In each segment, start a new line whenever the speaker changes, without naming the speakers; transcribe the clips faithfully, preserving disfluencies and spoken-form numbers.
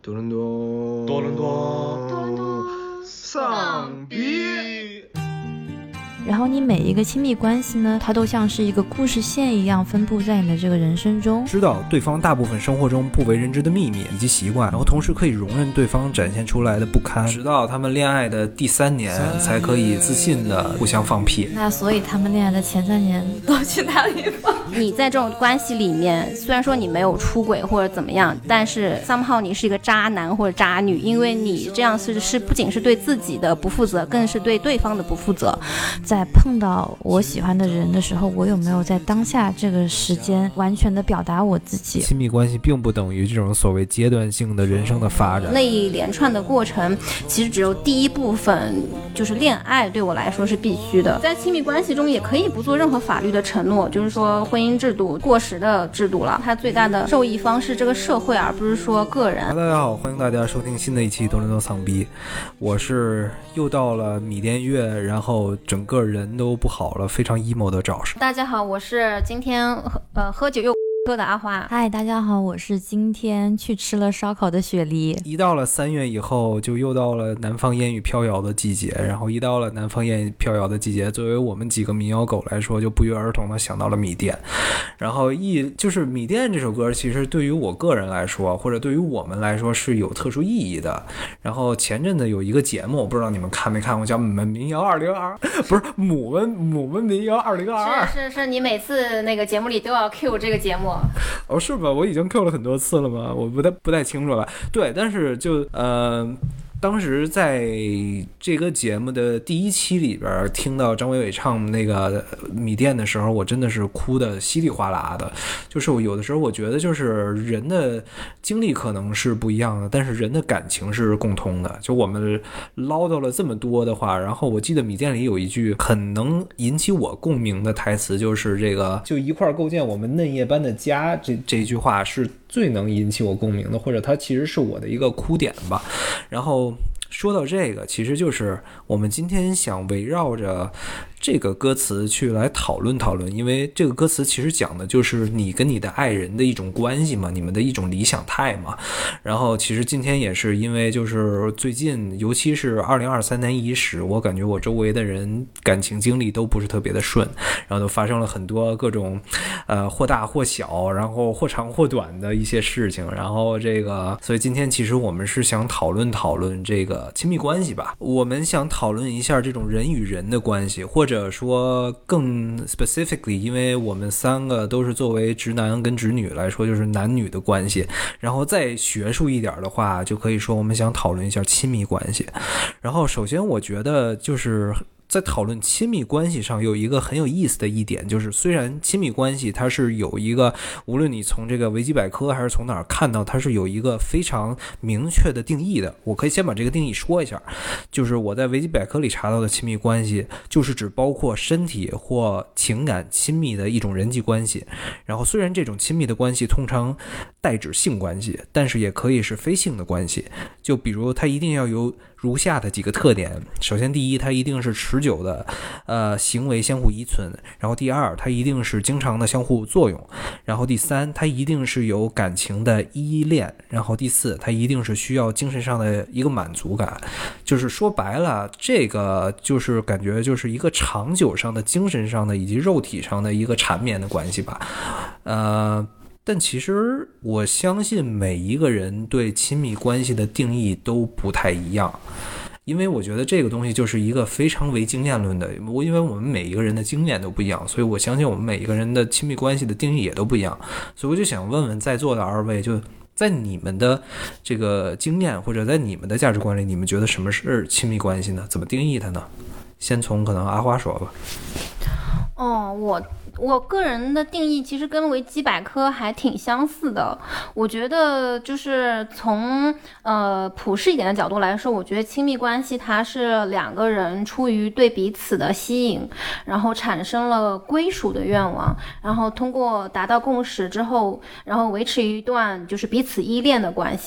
多伦多，
多伦多，
多伦多，
丧逼。
然后你每一个亲密关系呢，它都像是一个故事线一样分布在你的这个人生中，
知道对方大部分生活中不为人知的秘密以及习惯，然后同时可以容忍对方展现出来的不堪，直到他们恋爱的第三年才可以自信的互相放屁。
那所以他们恋爱的前三年都去哪里放？
你在这种关系里面，虽然说你没有出轨或者怎么样，但是 somehow 你是一个渣男或者渣女，因为你这样是是不仅是对自己的不负责，更是对对方的不负责。
在碰到我喜欢的人的时候，我有没有在当下这个时间完全的表达我自己？
亲密关系并不等于这种所谓阶段性的人生的发展。
那一连串的过程，其实只有第一部分就是恋爱，对我来说是必须的。在亲密关系中也可以不做任何法律的承诺，就是说婚姻制度过时的制度了，它最大的受益方是这个社会，而不是说个人。
大家好，欢迎大家收听新的一期多伦多丧逼，我是又到了米甸月，然后整个人都不好了，非常 emo 的赵师。
大家好，我是今天呃喝酒又喝的阿花。
嗨，大家好，我是今天去吃了烧烤的雪梨。
一到了三月以后，就又到了南方烟雨飘摇的季节，然后一到了南方烟雨飘摇的季节，作为我们几个民谣狗来说，就不约而同的想到了米甸。然后一就是米甸这首歌，其实对于我个人来说，或者对于我们来说是有特殊意义的。然后前阵子有一个节目，不知道你们看没看过，叫《母们民谣二零二》，不是母们母们民谣二零二二。
是是是，你每次那个节目里都要 cue 这个节目。
哦，是吧？我已经 Q 了很多次了吗？我不太不太清楚了。对，但是就呃。当时在这个节目的第一期里边听到张伟伟唱那个米甸的时候，我真的是哭的稀里哗啦的。就是我有的时候我觉得就是人的经历可能是不一样的，但是人的感情是共通的。就我们唠叨了这么多的话，然后我记得米甸里有一句很能引起我共鸣的台词，就是这个就一块构建我们嫩叶般的家，这这一句话是最能引起我共鸣的，或者它其实是我的一个哭点吧。然后说到这个，其实就是我们今天想围绕着这个歌词去来讨论讨论，因为这个歌词其实讲的就是你跟你的爱人的一种关系嘛，你们的一种理想态嘛。然后其实今天也是因为就是最近，尤其是二零二三年伊始，我感觉我周围的人感情经历都不是特别的顺，然后都发生了很多各种呃或大或小，然后或长或短的一些事情。然后这个，所以今天其实我们是想讨论讨论这个亲密关系吧。我们想讨论一下这种人与人的关系，或者或者说更 specifically， 因为我们三个都是作为直男跟直女来说，就是男女的关系。然后再学术一点的话，就可以说我们想讨论一下亲密关系。然后首先我觉得就是在讨论亲密关系上有一个很有意思的一点，就是虽然亲密关系它是有一个，无论你从这个维基百科还是从哪儿看到，它是有一个非常明确的定义的。我可以先把这个定义说一下，就是我在维基百科里查到的亲密关系，就是指包括身体或情感亲密的一种人际关系。然后虽然这种亲密的关系通常代指性关系，但是也可以是非性的关系。就比如它一定要有如下的几个特点。首先第一，它一定是持久的呃行为相互依存。然后第二，它一定是经常的相互作用。然后第三，它一定是有感情的依恋。然后第四，它一定是需要精神上的一个满足感。就是说白了，这个就是感觉就是一个长久上的精神上的以及肉体上的一个缠绵的关系吧。呃但其实我相信每一个人对亲密关系的定义都不太一样，因为我觉得这个东西就是一个非常为经验论的，因为我们每一个人的经验都不一样，所以我相信我们每一个人的亲密关系的定义也都不一样。所以我就想问问在座的二位，就在你们的这个经验或者在你们的价值观里，你们觉得什么是亲密关系呢？怎么定义它呢？先从可能阿花说吧。
哦，我我个人的定义其实跟维基百科还挺相似的。我觉得就是从呃普世一点的角度来说，我觉得亲密关系它是两个人出于对彼此的吸引，然后产生了归属的愿望，然后通过达到共识之后，然后维持一段就是彼此依恋的关系。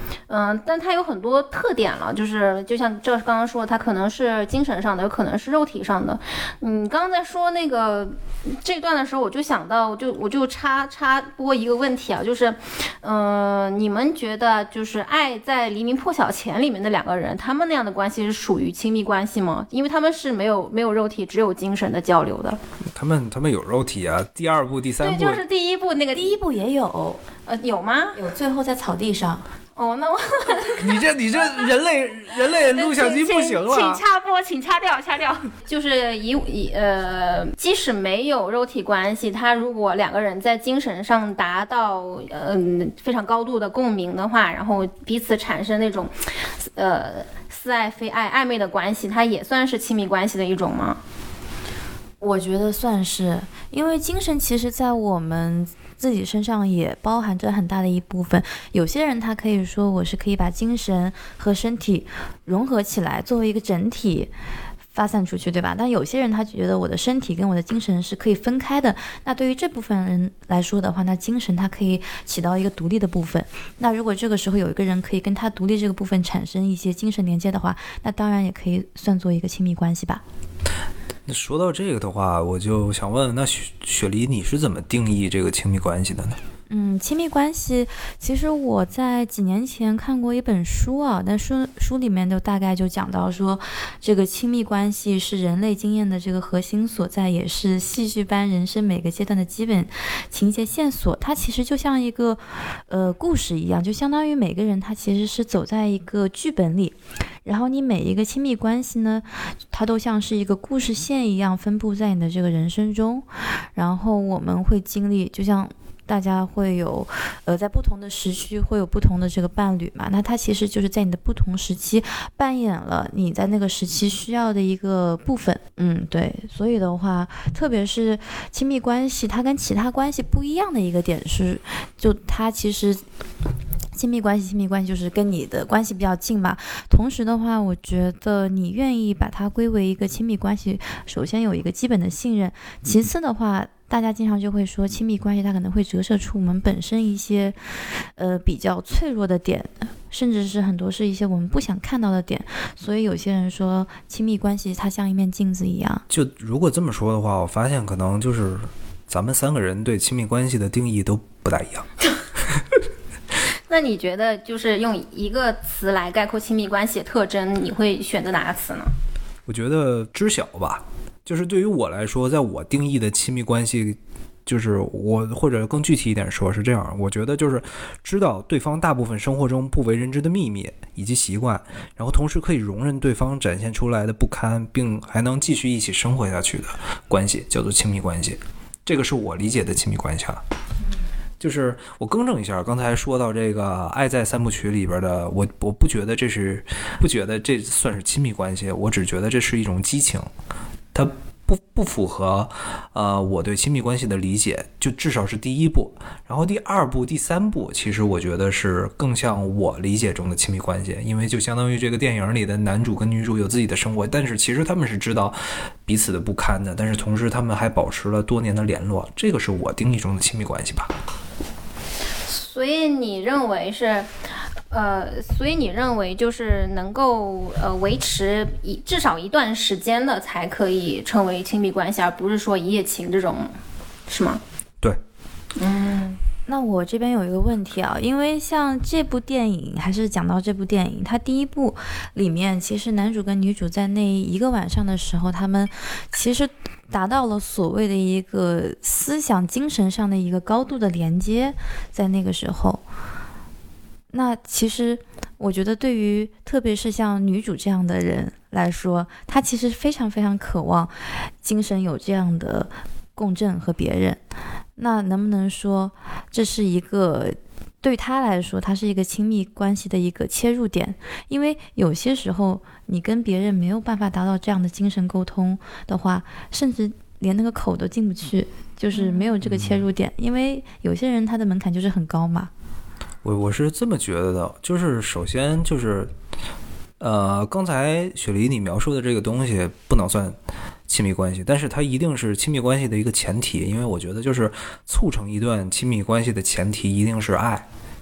嗯、呃，但它有很多特点了，就是就像这刚刚说的，它可能是精神上的，有可能是肉体上的。嗯，刚刚在说那个这段的时候，我就想到，我就我就插插播一个问题啊，就是，嗯、呃，你们觉得就是《爱在黎明破晓前》里面的两个人，他们那样的关系是属于亲密关系吗？因为他们是没有没有肉体，只有精神的交流的。
他们他们有肉体啊，第二部、第三部，
对，就是第一部那个，
第一部也有，
呃，有吗？
有，最后在草地上。
哦，那我
你这你这人类人类录像机不行了，
请掐播，请掐掉，掐掉。就是以以呃，即使没有肉体关系，他如果两个人在精神上达到嗯、呃、非常高度的共鸣的话，然后彼此产生那种呃似爱非爱暧昧的关系，它也算是亲密关系的一种吗？
我觉得算是，因为精神其实在我们自己身上也包含着很大的一部分。有些人他可以说我是可以把精神和身体融合起来，作为一个整体发散出去，对吧？但有些人他觉得我的身体跟我的精神是可以分开的。那对于这部分人来说的话，那精神它可以起到一个独立的部分。那如果这个时候有一个人可以跟他独立这个部分产生一些精神连接的话，那当然也可以算作一个亲密关系吧。
那说到这个的话，我就想问，那雪雪梨你是怎么定义这个亲密关系的呢？
嗯，亲密关系，其实我在几年前看过一本书啊，但书书里面就大概就讲到说，这个亲密关系是人类经验的这个核心所在，也是戏剧般人生每个阶段的基本情节线索。它其实就像一个呃故事一样，就相当于每个人他其实是走在一个剧本里，然后你每一个亲密关系呢，它都像是一个故事线一样分布在你的这个人生中，然后我们会经历，就像大家会有呃在不同的时区会有不同的这个伴侣嘛，那它其实就是在你的不同时期扮演了你在那个时期需要的一个部分。嗯，对，所以的话，特别是亲密关系，它跟其他关系不一样的一个点是，就它其实亲密关系，亲密关系就是跟你的关系比较近嘛。同时的话，我觉得你愿意把它归为一个亲密关系，首先有一个基本的信任，其次的话，大家经常就会说亲密关系它可能会折射出我们本身一些呃比较脆弱的点，甚至是很多是一些我们不想看到的点。所以有些人说亲密关系它像一面镜子一样。
就如果这么说的话，我发现可能就是咱们三个人对亲密关系的定义都不大一样。
那你觉得就是用一个词来概括亲密关系的特征，你会选择哪个词呢？
我觉得知晓吧，就是对于我来说，在我定义的亲密关系，就是我或者更具体一点说是这样，我觉得就是知道对方大部分生活中不为人知的秘密以及习惯，然后同时可以容忍对方展现出来的不堪，并还能继续一起生活下去的关系，叫做亲密关系。这个是我理解的亲密关系啊。就是我更正一下，刚才说到这个《爱在三部曲》里边的，我我不觉得这是不觉得这算是亲密关系，我只觉得这是一种激情，它不不符合呃我对亲密关系的理解，就至少是第一步。然后第二步、第三步，其实我觉得是更像我理解中的亲密关系，因为就相当于这个电影里的男主跟女主有自己的生活，但是其实他们是知道彼此的不堪的，但是同时他们还保持了多年的联络，这个是我定义中的亲密关系吧。
所以你认为是，呃，所以你认为就是能够呃维持一至少一段时间的才可以称为亲密关系，而不是说一夜情这种，是吗？
对。
嗯，那我这边有一个问题啊，因为像这部电影，还是讲到这部电影，它第一部里面，其实男主跟女主在那一个晚上的时候，他们其实达到了所谓的一个思想精神上的一个高度的连接，在那个时候。那其实我觉得对于特别是像女主这样的人来说，她其实非常非常渴望精神有这样的共振和别人。那能不能说这是一个对他来说它是一个亲密关系的一个切入点？因为有些时候你跟别人没有办法达到这样的精神沟通的话，甚至连那个口都进不去，就是没有这个切入点。因为有些人他的门槛就是很高嘛。
我我是这么觉得的，就是首先就是呃，刚才雪梨你描述的这个东西不能算亲密关系，但是它一定是亲密关系的一个前提，因为我觉得就是促成一段亲密关系的前提一定是爱，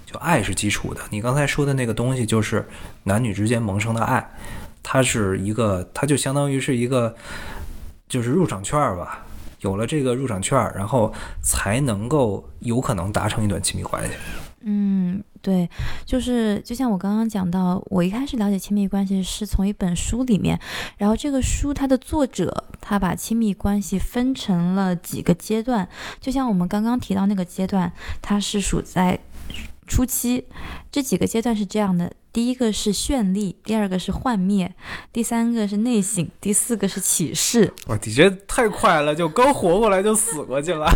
就爱是基础的。你刚才说的那个东西就是男女之间萌生的爱，它是一个，它就相当于是一个就是入场券吧。有了这个入场券，然后才能够有可能达成一段亲密关系。
嗯，对，就是就像我刚刚讲到，我一开始了解亲密关系是从一本书里面，然后这个书它的作者他把亲密关系分成了几个阶段，就像我们刚刚提到那个阶段，它是属在初期，这几个阶段是这样的：第一个是绚丽，第二个是幻灭，第三个是内省，第四个是启示。
哇，你这太快了，就刚活过来就死过去了。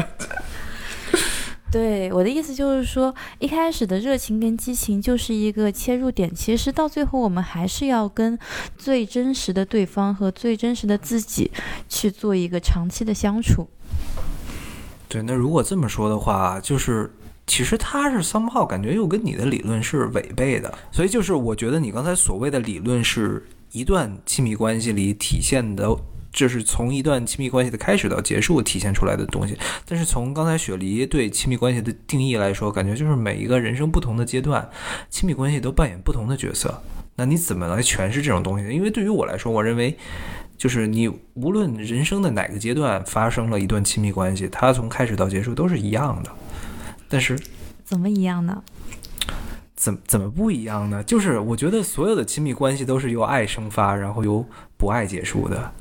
对，我的意思就是说，一开始的热情跟激情就是一个切入点，其实到最后我们还是要跟最真实的对方和最真实的自己去做一个长期的相处。
对，那如果这么说的话，就是其实他是 somehow 感觉又跟你的理论是违背的，所以就是我觉得你刚才所谓的理论是一段亲密关系里体现的，这是从一段亲密关系的开始到结束体现出来的东西。但是从刚才雪梨对亲密关系的定义来说，感觉就是每一个人生不同的阶段，亲密关系都扮演不同的角色。那你怎么来诠释这种东西？因为对于我来说，我认为就是你无论人生的哪个阶段发生了一段亲密关系，它从开始到结束都是一样的。但是
怎么一样呢？
怎怎么不一样呢？就是我觉得所有的亲密关系都是由爱生发，然后由不爱结束的。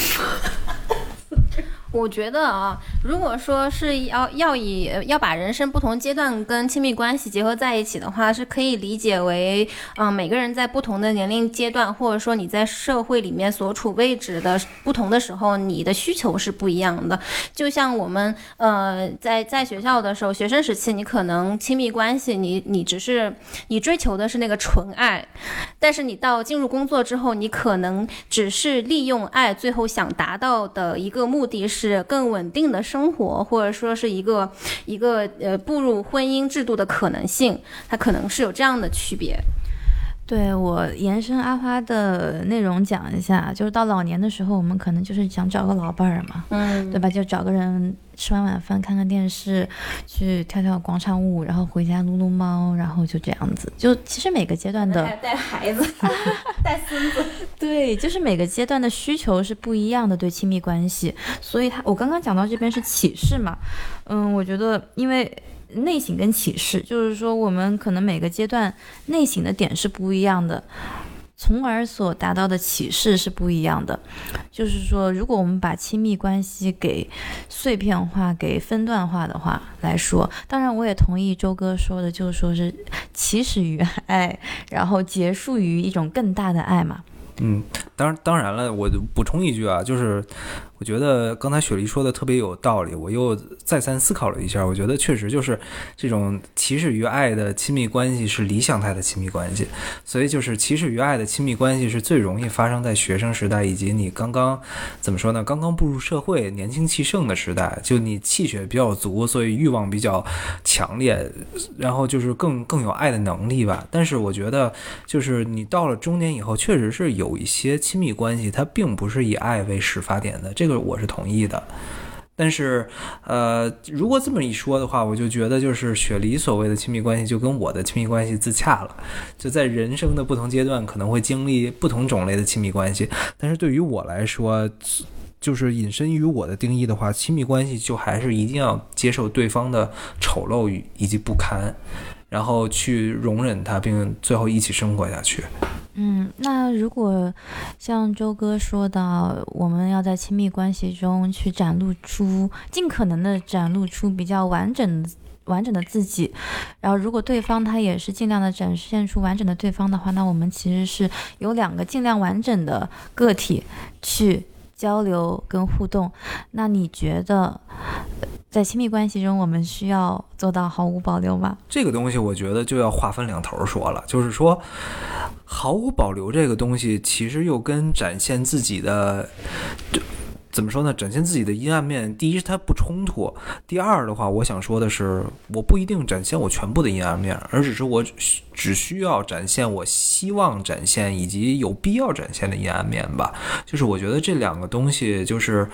我觉得啊，如果说是要要以要把人生不同阶段跟亲密关系结合在一起的话，是可以理解为，嗯、呃，每个人在不同的年龄阶段，或者说你在社会里面所处位置的不同的时候，你的需求是不一样的。就像我们呃在在学校的时候，学生时期，你可能亲密关系，你你只是你追求的是那个纯爱，但是你到进入工作之后，你可能只是利用爱，最后想达到的一个目的是。是更稳定的生活，或者说是一个一个呃步入婚姻制度的可能性，它可能是有这样的区别。
对，我延伸阿花的内容讲一下，就是到老年的时候，我们可能就是想找个老伴儿嘛，嗯，对吧？就找个人吃完晚饭看看电视，去跳跳广场舞，然后回家撸撸猫，然后就这样子。就其实每个阶段的
带孩子带孙子，
对，就是每个阶段的需求是不一样的，对亲密关系。所以他我刚刚讲到这边是启示嘛，嗯，我觉得因为内省跟启示，就是说我们可能每个阶段内省的点是不一样的，从而所达到的启示是不一样的。就是说如果我们把亲密关系给碎片化给分段化的话来说，当然我也同意周哥说的，就是说是起始于爱，然后结束于一种更大的爱嘛。
嗯，当然当然了，我补充一句啊，就是我觉得刚才雪梨说的特别有道理，我又再三思考了一下，我觉得确实就是这种起始于爱的亲密关系是理想态的亲密关系，所以就是起始于爱的亲密关系是最容易发生在学生时代，以及你刚刚怎么说呢，刚刚步入社会年轻气盛的时代，就你气血比较足，所以欲望比较强烈，然后就是更更有爱的能力吧。但是我觉得就是你到了中年以后，确实是有一些亲密关系它并不是以爱为始发点的，这个我是同意的。但是呃，如果这么一说的话，我就觉得就是雪梨所谓的亲密关系就跟我的亲密关系自洽了，就在人生的不同阶段可能会经历不同种类的亲密关系，但是对于我来说，就是引申于我的定义的话，亲密关系就还是一定要接受对方的丑陋与以及不堪，然后去容忍它，并最后一起生活下去。
嗯，那如果像周哥说到，我们要在亲密关系中去展露出，尽可能的展露出比较完整的完整的自己，然后如果对方他也是尽量的展现出完整的对方的话，那我们其实是有两个尽量完整的个体去交流跟互动。那你觉得在亲密关系中我们需要做到毫无保留吗？
这个东西我觉得就要划分两头说了，就是说毫无保留这个东西其实又跟展现自己的怎么说呢？展现自己的阴暗面，第一是它不冲突，第二的话，我想说的是，我不一定展现我全部的阴暗面，而只是我只需要展现我希望展现以及有必要展现的阴暗面吧。就是我觉得这两个东西，就是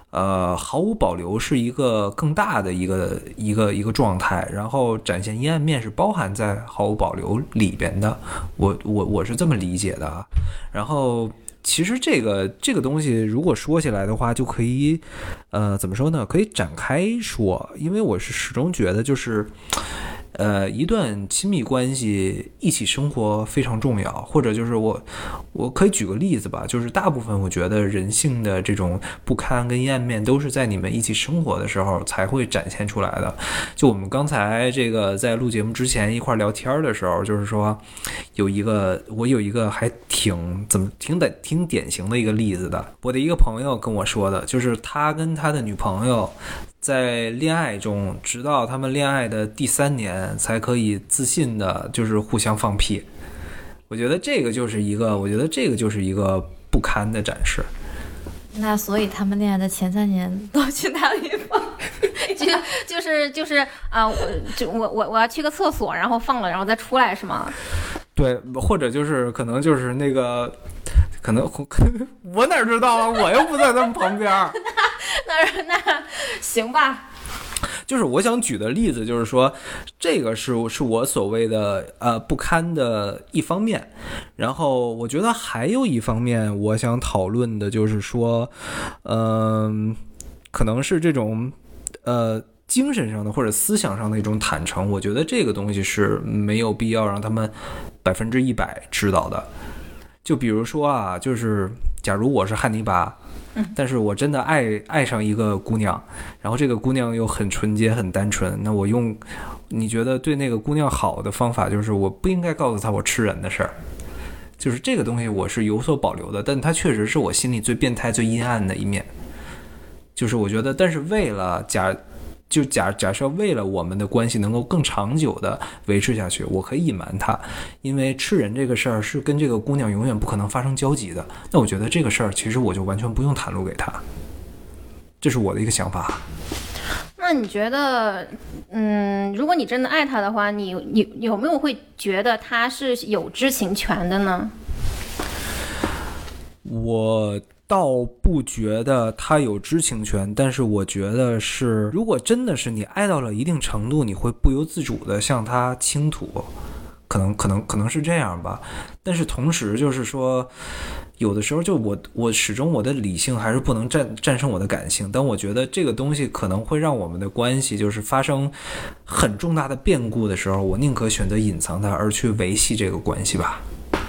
呃，毫无保留是一个更大的一个一个一个状态，然后展现阴暗面是包含在毫无保留里边的，我我我是这么理解的啊。然后其实这个这个东西如果说起来的话，就可以呃怎么说呢？可以展开说，因为我是始终觉得就是呃，一段亲密关系一起生活非常重要，或者就是我我可以举个例子吧，就是大部分我觉得人性的这种不堪跟阴暗面都是在你们一起生活的时候才会展现出来的。就我们刚才这个在录节目之前一块聊天的时候，就是说有一个我有一个还挺怎么挺典挺典型的一个例子的，我的一个朋友跟我说的，就是他跟他的女朋友在恋爱中，直到他们恋爱的第三年才可以自信的就是互相放屁。我觉得这个就是一个我觉得这个就是一个不堪的展示。
那所以他们恋爱的前三年都去哪里放？
就就是就是啊、呃，我就我我我要去个厕所，然后放了，然后再出来是吗？
对，或者就是可能就是那个可能我哪知道啊，我又不在他们旁边。
那那行吧。
就是我想举的例子，就是说，这个是是我所谓的呃不堪的一方面。然后我觉得还有一方面，我想讨论的就是说，嗯、呃，可能是这种呃精神上的或者思想上的一种坦诚。我觉得这个东西是没有必要让他们百分之一百知道的。就比如说啊，就是假如我是汉尼拔。但是我真的爱爱上一个姑娘，然后这个姑娘又很纯洁很单纯，那我用你觉得对那个姑娘好的方法就是我不应该告诉她我吃人的事儿，就是这个东西我是有所保留的，但它确实是我心里最变态最阴暗的一面。就是我觉得但是为了假就假假设为了我们的关系能够更长久的维持下去，我可以隐瞒它，因为吃人这个事儿是跟这个姑娘永远不可能发生交集的，那我觉得这个事儿其实我就完全不用袒露给她，这是我的一个想法。
那你觉得，嗯，如果你真的爱他的话，你你有没有会觉得他是有知情权的呢？
我倒不觉得他有知情权，但是我觉得是，如果真的是你爱到了一定程度，你会不由自主的向他倾吐，可能可能可能是这样吧。但是同时就是说，有的时候就我我始终我的理性还是不能战战胜我的感性，但我觉得这个东西可能会让我们的关系就是发生很重大的变故的时候，我宁可选择隐藏它而去维系这个关系吧。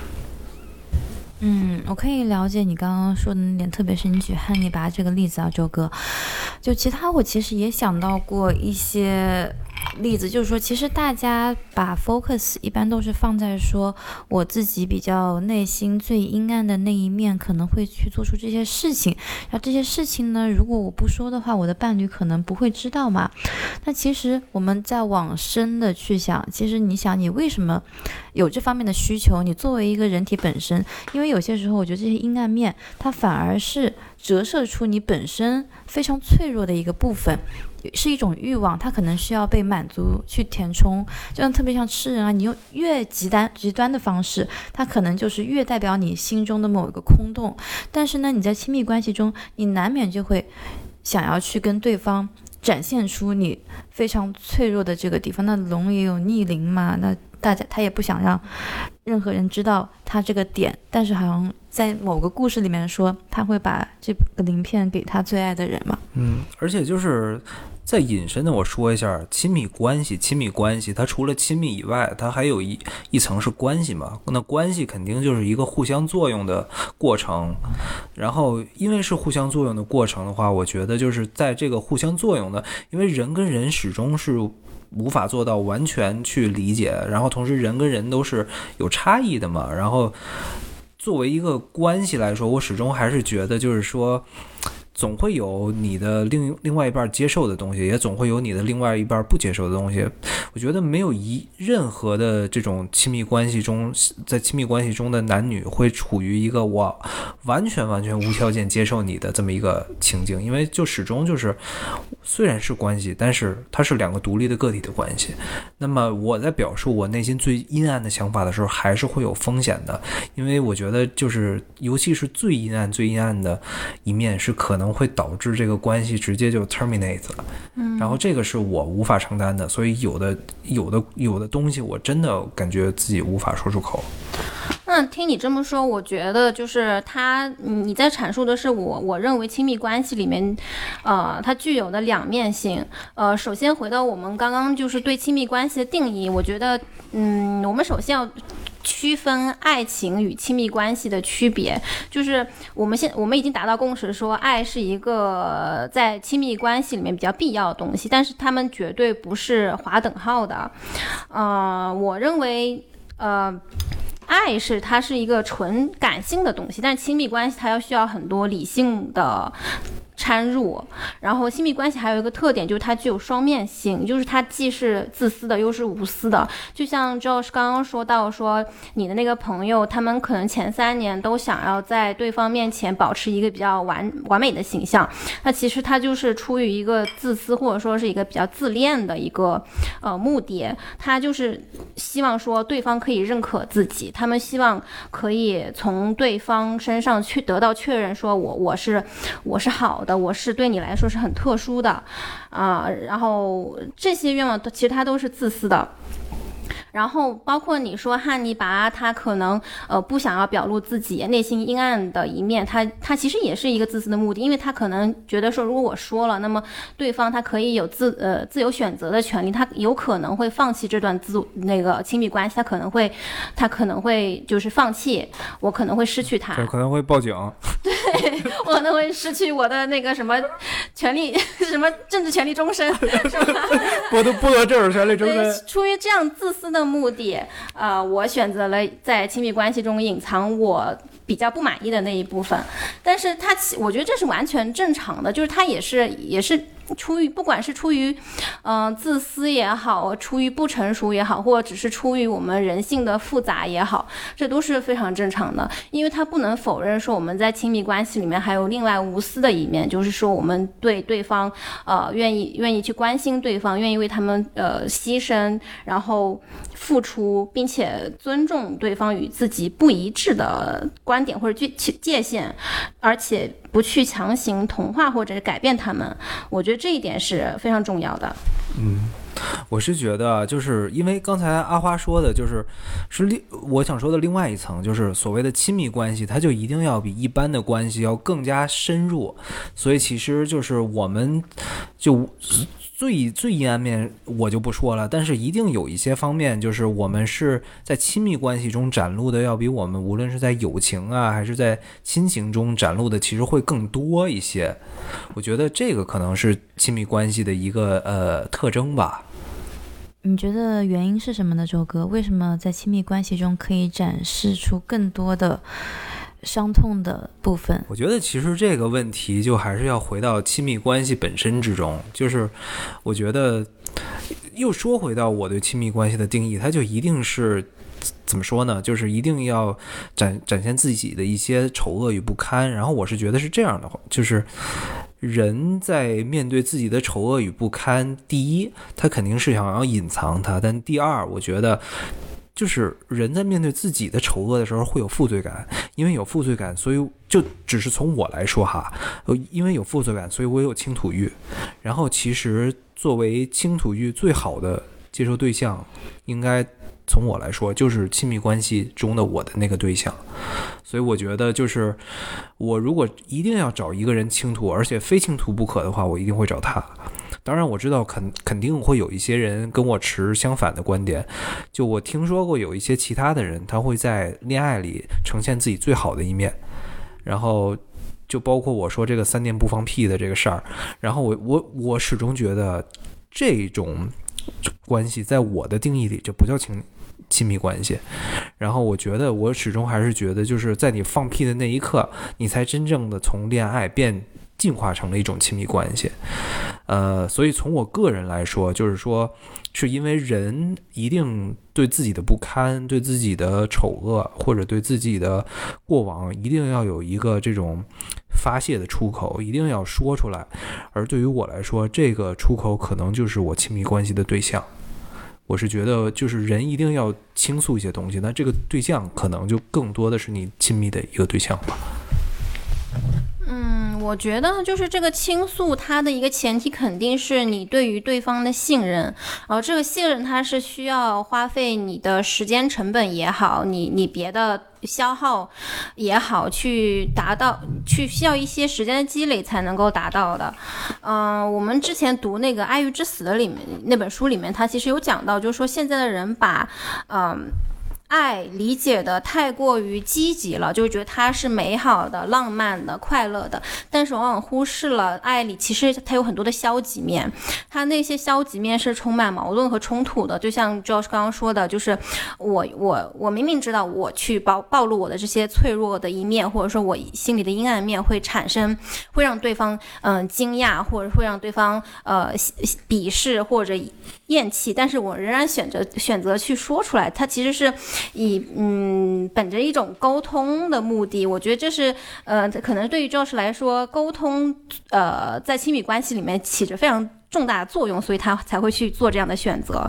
嗯，我可以了解你刚刚说的那点，特别是你举汉尼拔这个例子啊，周哥。就其他我其实也想到过一些例子，就是说其实大家把 focus 一般都是放在说我自己比较内心最阴暗的那一面可能会去做出这些事情，然后这些事情呢，如果我不说的话，我的伴侣可能不会知道嘛。那其实我们再往深的去想，其实你想你为什么有这方面的需求，你作为一个人体本身，因为有些时候我觉得这些阴暗面它反而是折射出你本身非常脆弱的一个部分，是一种欲望，它可能需要被满足去填充，就像特别像吃人啊，你用越极端极端的方式，它可能就是越代表你心中的某一个空洞。但是呢，你在亲密关系中，你难免就会想要去跟对方展现出你非常脆弱的这个地方。那龙也有逆鳞嘛，那大家他也不想让任何人知道他这个点，但是好像在某个故事里面说他会把这个鳞片给他最爱的人嘛。
嗯，而且就是再引申的我说一下，亲密关系亲密关系它除了亲密以外，它还有一一层是关系嘛。那关系肯定就是一个互相作用的过程，然后因为是互相作用的过程的话，我觉得就是在这个互相作用的，因为人跟人始终是无法做到完全去理解，然后同时人跟人都是有差异的嘛，然后作为一个关系来说，我始终还是觉得就是说总会有你的另另外一半接受的东西，也总会有你的另外一半不接受的东西。我觉得没有一任何的这种亲密关系中，在亲密关系中的男女会处于一个我完全完全无条件接受你的这么一个情境，因为就始终就是虽然是关系，但是它是两个独立的个体的关系。那么我在表述我内心最阴暗的想法的时候，还是会有风险的，因为我觉得就是尤其是最阴暗最阴暗的一面是可能会导致这个关系直接就 terminate 了，嗯，然后这个是我无法承担的，所以有的有的有的东西我真的感觉自己无法说出口。
那听你这么说，我觉得就是他，你在阐述的是我我认为亲密关系里面，呃，它具有的两面性。呃，首先回到我们刚刚就是对亲密关系的定义，我觉得，嗯，我们首先要区分爱情与亲密关系的区别，就是我们现我们已经达到共识，说爱是一个在亲密关系里面比较必要的东西，但是他们绝对不是划等号的。呃，我认为，呃。爱是它是一个纯感性的东西，但是亲密关系它要需要很多理性的掺入，然后亲密关系还有一个特点，就是它具有双面性，就是它既是自私的又是无私的。就像 Josh 刚刚说到说你的那个朋友，他们可能前三年都想要在对方面前保持一个比较完完美的形象，那其实他就是出于一个自私或者说是一个比较自恋的一个呃目的，他就是希望说对方可以认可自己，他们希望可以从对方身上去得到确认，说我我是我是好的，我是对你来说是很特殊的啊、呃，然后这些愿望其实它都是自私的。然后包括你说汉尼拔他可能呃不想要表露自己内心阴暗的一面，他他其实也是一个自私的目的，因为他可能觉得说如果我说了，那么对方他可以有自呃自由选择的权利，他有可能会放弃这段自那个亲密关系，他可能会他可能会就是放弃，我可能会失去他，
可能会报警，
对，我可能会失去我的那个什么权利，什么政治权利终身，是吧？
剥夺剥夺政治权利终身。
出于这样自私的目的，呃，我选择了在亲密关系中隐藏我比较不满意的那一部分，但是他我觉得这是完全正常的，就是他也是也是出于不管是出于嗯、呃、自私也好，出于不成熟也好，或者只是出于我们人性的复杂也好，这都是非常正常的，因为他不能否认说我们在亲密关系里面还有另外无私的一面，就是说我们对对方呃愿意愿意去关心对方，愿意为他们呃牺牲，然后付出，并且尊重对方与自己不一致的观点或者界限，而且不去强行同化或者是改变他们，我觉得这一点是非常重要的。
嗯，我是觉得就是因为刚才阿花说的就是是我想说的另外一层，就是所谓的亲密关系它就一定要比一般的关系要更加深入，所以其实就是我们就最最阴暗面我就不说了，但是一定有一些方面就是我们是在亲密关系中展露的要比我们无论是在友情啊还是在亲情中展露的其实会更多一些，我觉得这个可能是亲密关系的一个呃特征吧。
你觉得原因是什么呢，周哥？为什么在亲密关系中可以展示出更多的伤痛的部分？
我觉得其实这个问题就还是要回到亲密关系本身之中，就是我觉得又说回到我对亲密关系的定义，它就一定是怎么说呢，就是一定要展展现自己的一些丑恶与不堪，然后我是觉得是这样的，就是人在面对自己的丑恶与不堪，第一他肯定是想要隐藏它，但第二我觉得就是人在面对自己的丑恶的时候会有负罪感，因为有负罪感，所以就只是从我来说哈，因为有负罪感，所以我有倾吐欲，然后其实作为倾吐欲最好的接受对象，应该从我来说就是亲密关系中的我的那个对象，所以我觉得就是我如果一定要找一个人倾吐，而且非倾吐不可的话，我一定会找他。当然我知道肯肯定会有一些人跟我持相反的观点，就我听说过有一些其他的人他会在恋爱里呈现自己最好的一面，然后就包括我说这个三年不放屁的这个事儿，然后我我我始终觉得这种关系在我的定义里就不叫亲亲密关系，然后我觉得我始终还是觉得就是在你放屁的那一刻，你才真正的从恋爱变进化成了一种亲密关系。呃，所以从我个人来说，就是说是因为人一定对自己的不堪，对自己的丑恶或者对自己的过往一定要有一个这种发泄的出口，一定要说出来。而对于我来说，这个出口可能就是我亲密关系的对象。我是觉得就是人一定要倾诉一些东西，那这个对象可能就更多的是你亲密的一个对象吧。
嗯，我觉得就是这个倾诉，它的一个前提肯定是你对于对方的信任，然后这个信任它是需要花费你的时间成本也好，你你别的消耗也好，去达到，去需要一些时间的积累才能够达到的。嗯、呃，我们之前读那个《爱欲之死》的里面那本书里面，它其实有讲到，就是说现在的人把，嗯、呃。爱理解的太过于积极了，就觉得它是美好的、浪漫的、快乐的，但是往往忽视了爱里其实它有很多的消极面，它那些消极面是充满矛盾和冲突的。就像 Josh 刚刚说的，就是我我我明明知道我去暴暴露我的这些脆弱的一面，或者说我心里的阴暗面会产生，会让对方嗯、呃、惊讶，或者会让对方呃鄙视或者厌弃，但是我仍然选择选择去说出来，它其实是。以嗯，本着一种沟通的目的，我觉得这是呃，可能对于Josh来说，沟通呃，在亲密关系里面起着非常重大的作用，所以他才会去做这样的选择。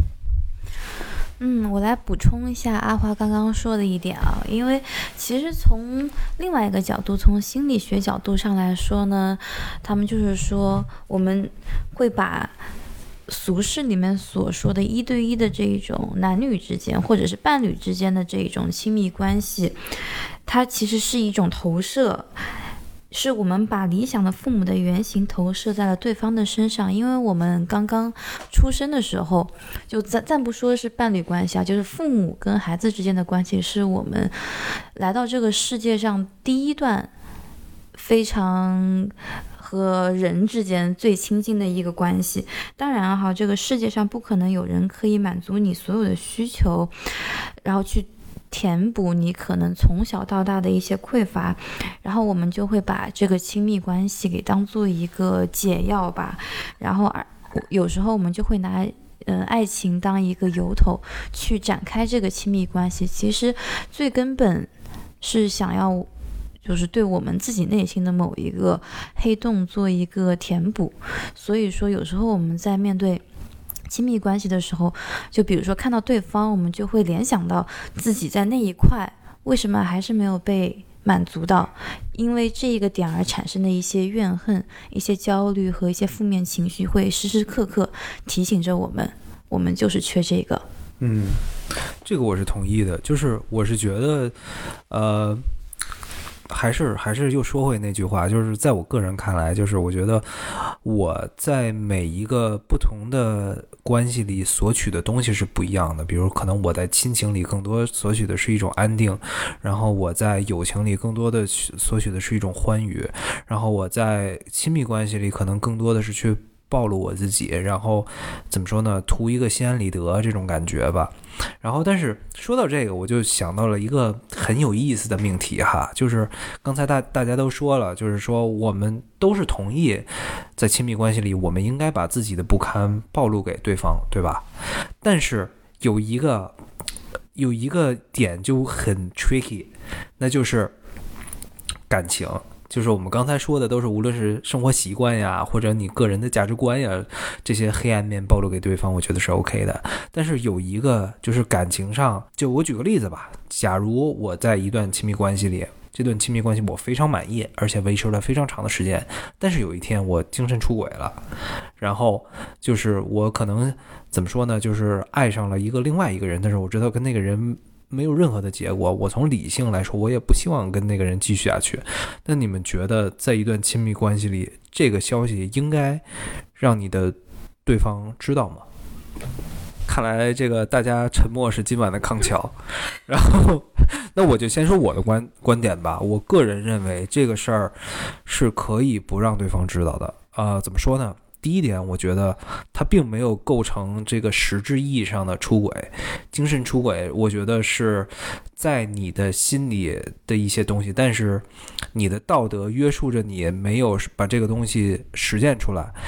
嗯，我来补充一下阿华刚刚说的一点啊，因为其实从另外一个角度，从心理学角度上来说呢，他们就是说我们会把。俗世里面所说的一对一的这种男女之间或者是伴侣之间的这种亲密关系，它其实是一种投射，是我们把理想的父母的原型投射在了对方的身上。因为我们刚刚出生的时候，就暂暂不说是伴侣关系啊，就是父母跟孩子之间的关系，是我们来到这个世界上第一段非常和人之间最亲近的一个关系。当然哈，这个世界上不可能有人可以满足你所有的需求，然后去填补你可能从小到大的一些匮乏，然后我们就会把这个亲密关系给当做一个解药吧，然后有时候我们就会拿嗯，爱情当一个由头去展开这个亲密关系。其实最根本是想要就是对我们自己内心的某一个黑洞做一个填补。所以说有时候我们在面对亲密关系的时候，就比如说看到对方，我们就会联想到自己在那一块为什么还是没有被满足到，因为这个点而产生的一些怨恨、一些焦虑和一些负面情绪会时时刻刻提醒着我们，我们就是缺这个。
嗯，这个我是同意的，就是我是觉得呃还是还是又说回那句话，就是在我个人看来，就是我觉得我在每一个不同的关系里索取的东西是不一样的。比如可能我在亲情里更多索取的是一种安定，然后我在友情里更多的索取的是一种欢愉，然后我在亲密关系里可能更多的是去暴露我自己，然后怎么说呢，图一个心安理得这种感觉吧。然后但是说到这个，我就想到了一个很有意思的命题哈，就是刚才大大家都说了，就是说我们都是同意在亲密关系里我们应该把自己的不堪暴露给对方，对吧？但是有一个有一个点就很 tricky， 那就是感情。就是我们刚才说的都是无论是生活习惯呀，或者你个人的价值观呀，这些黑暗面暴露给对方，我觉得是 OK 的。但是有一个就是感情上，就我举个例子吧，假如我在一段亲密关系里，这段亲密关系我非常满意，而且维持了非常长的时间，但是有一天我精神出轨了，然后就是我可能怎么说呢，就是爱上了一个另外一个人，但是我知道跟那个人没有任何的结果，我从理性来说我也不希望跟那个人继续下去。那你们觉得在一段亲密关系里，这个消息应该让你的对方知道吗？看来这个大家沉默是今晚的康桥。然后那我就先说我的观观点吧。我个人认为这个事儿是可以不让对方知道的。呃，怎么说呢？第一点，我觉得它并没有构成这个实质意义上的出轨。精神出轨我觉得是在你的心里的一些东西，但是你的道德约束着你没有把这个东西实践出来，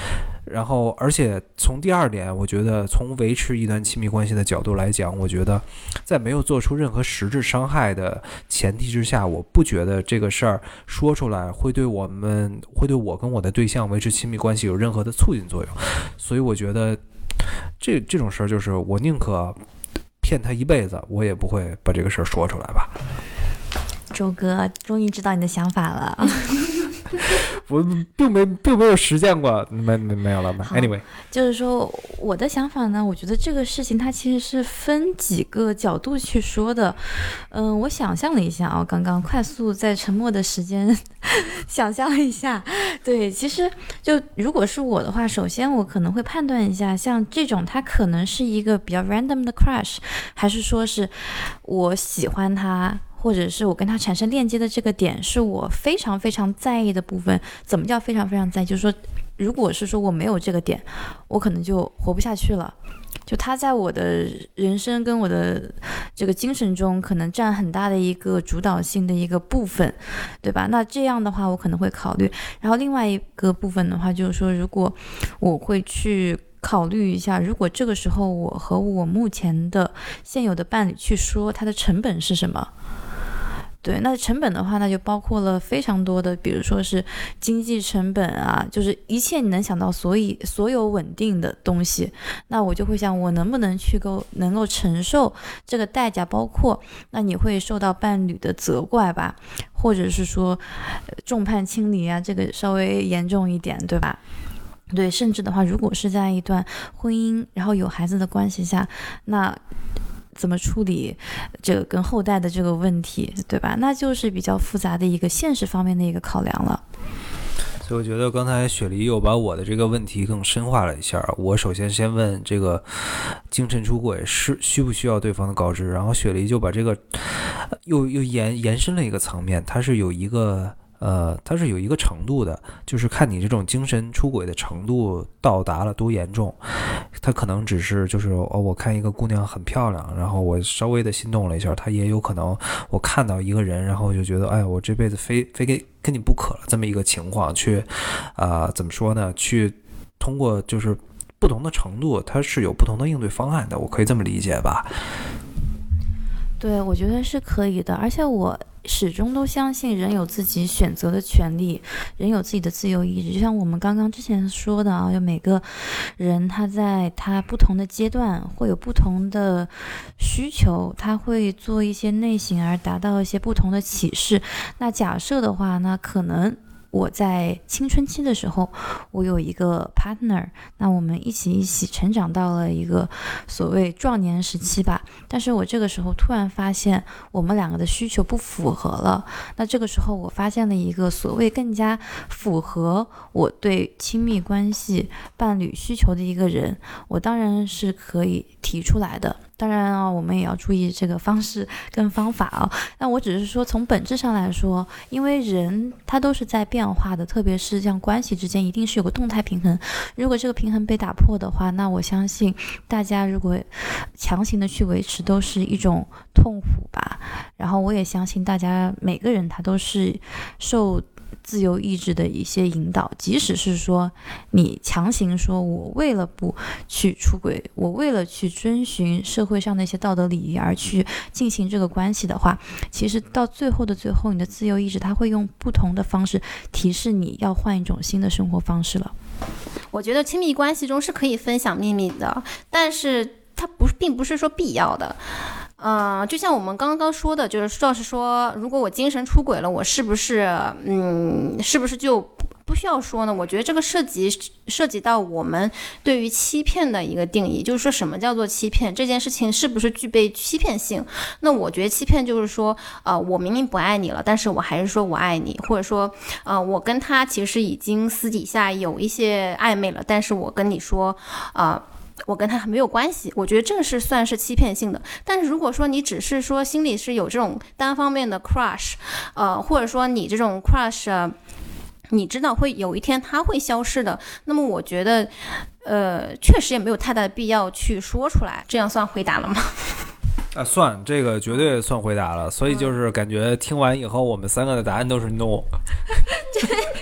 然后而且从第二点，我觉得从维持一段亲密关系的角度来讲，我觉得在没有做出任何实质伤害的前提之下，我不觉得这个事儿说出来会对我们会对我跟我的对象维持亲密关系有任何的促进作用。所以我觉得这这种事儿就是我宁可骗他一辈子，我也不会把这个事儿说出来吧。
周哥终于知道你的想法了。
我并没并没有实践过，没没没有了。Anyway，
就是说我的想法呢，我觉得这个事情它其实是分几个角度去说的。嗯、呃，我想象了一下啊，刚刚快速在沉默的时间想象了一下。对，其实就如果是我的话，首先我可能会判断一下，像这种它可能是一个比较 random 的 crush， 还是说是我喜欢他，或者是我跟他产生链接的这个点是我非常非常在意的部分。怎么叫非常非常在意？就是说如果是说我没有这个点，我可能就活不下去了，就他在我的人生跟我的这个精神中可能占很大的一个主导性的一个部分，对吧？那这样的话我可能会考虑。然后另外一个部分的话就是说，如果我会去考虑一下，如果这个时候我和我目前的现有的伴侣去说，它的成本是什么？对，那成本的话，那就包括了非常多的，比如说是经济成本啊，就是一切你能想到所以所有稳定的东西，那我就会想，我能不能去够能够承受这个代价，包括那你会受到伴侣的责怪吧，或者是说众叛亲离啊，这个稍微严重一点，对吧？对，甚至的话，如果是在一段婚姻然后有孩子的关系下，那怎么处理这个跟后代的这个问题，对吧？那就是比较复杂的一个现实方面的一个考量了。
所以我觉得刚才雪梨又把我的这个问题更深化了一下。我首先先问这个精神出轨是需不需要对方的告知，然后雪梨就把这个又又延延伸了一个层面，它是有一个呃，它是有一个程度的，就是看你这种精神出轨的程度到达了多严重。它可能只是就是哦，我看一个姑娘很漂亮，然后我稍微的心动了一下，它也有可能我看到一个人，然后我就觉得哎，我这辈子非非跟跟你不可了，这么一个情况去啊、呃，怎么说呢？去通过就是不同的程度，它是有不同的应对方案的，我可以这么理解吧？
对，我觉得是可以的，而且我始终都相信人有自己选择的权利，人有自己的自由意志。就像我们刚刚之前说的啊，就每个人他在他不同的阶段会有不同的需求，他会做一些内省而达到一些不同的启示。那假设的话，那可能我在青春期的时候，我有一个 partner， 那我们一起一起成长到了一个所谓壮年时期吧。但是我这个时候突然发现我们两个的需求不符合了，那这个时候我发现了一个所谓更加符合我对亲密关系伴侣需求的一个人，我当然是可以提出来的。当然啊，我们也要注意这个方式跟方法啊。那我只是说从本质上来说，因为人他都是在变化的，特别是像关系之间一定是有个动态平衡。如果这个平衡被打破的话，那我相信大家如果强行的去维持，都是一种痛苦吧。然后我也相信大家每个人他都是受自由意志的一些引导，即使是说你强行说我为了不去出轨，我为了去遵循社会上的一些道德礼仪而去进行这个关系的话，其实到最后的最后，你的自由意志它会用不同的方式提示你要换一种新的生活方式了。
我觉得亲密关系中是可以分享秘密的，但是它不并不是说必要的。嗯、呃，就像我们刚刚说的，就是说是说，如果我精神出轨了，我是不是，嗯，是不是就不需要说呢？我觉得这个涉及涉及到我们对于欺骗的一个定义，就是说什么叫做欺骗，这件事情是不是具备欺骗性？那我觉得欺骗就是说，呃，我明明不爱你了，但是我还是说我爱你，或者说，呃，我跟他其实已经私底下有一些暧昧了，但是我跟你说，呃。我跟他还没有关系，我觉得这是算是欺骗性的。但是如果说你只是说心里是有这种单方面的 crush， 呃，或者说你这种 crush，、呃、你知道会有一天他会消失的，那么我觉得，呃，确实也没有太大的必要去说出来。这样算回答了吗？
啊，算，这个绝对算回答了。所以就是感觉听完以后，我们三个的答案都是 no。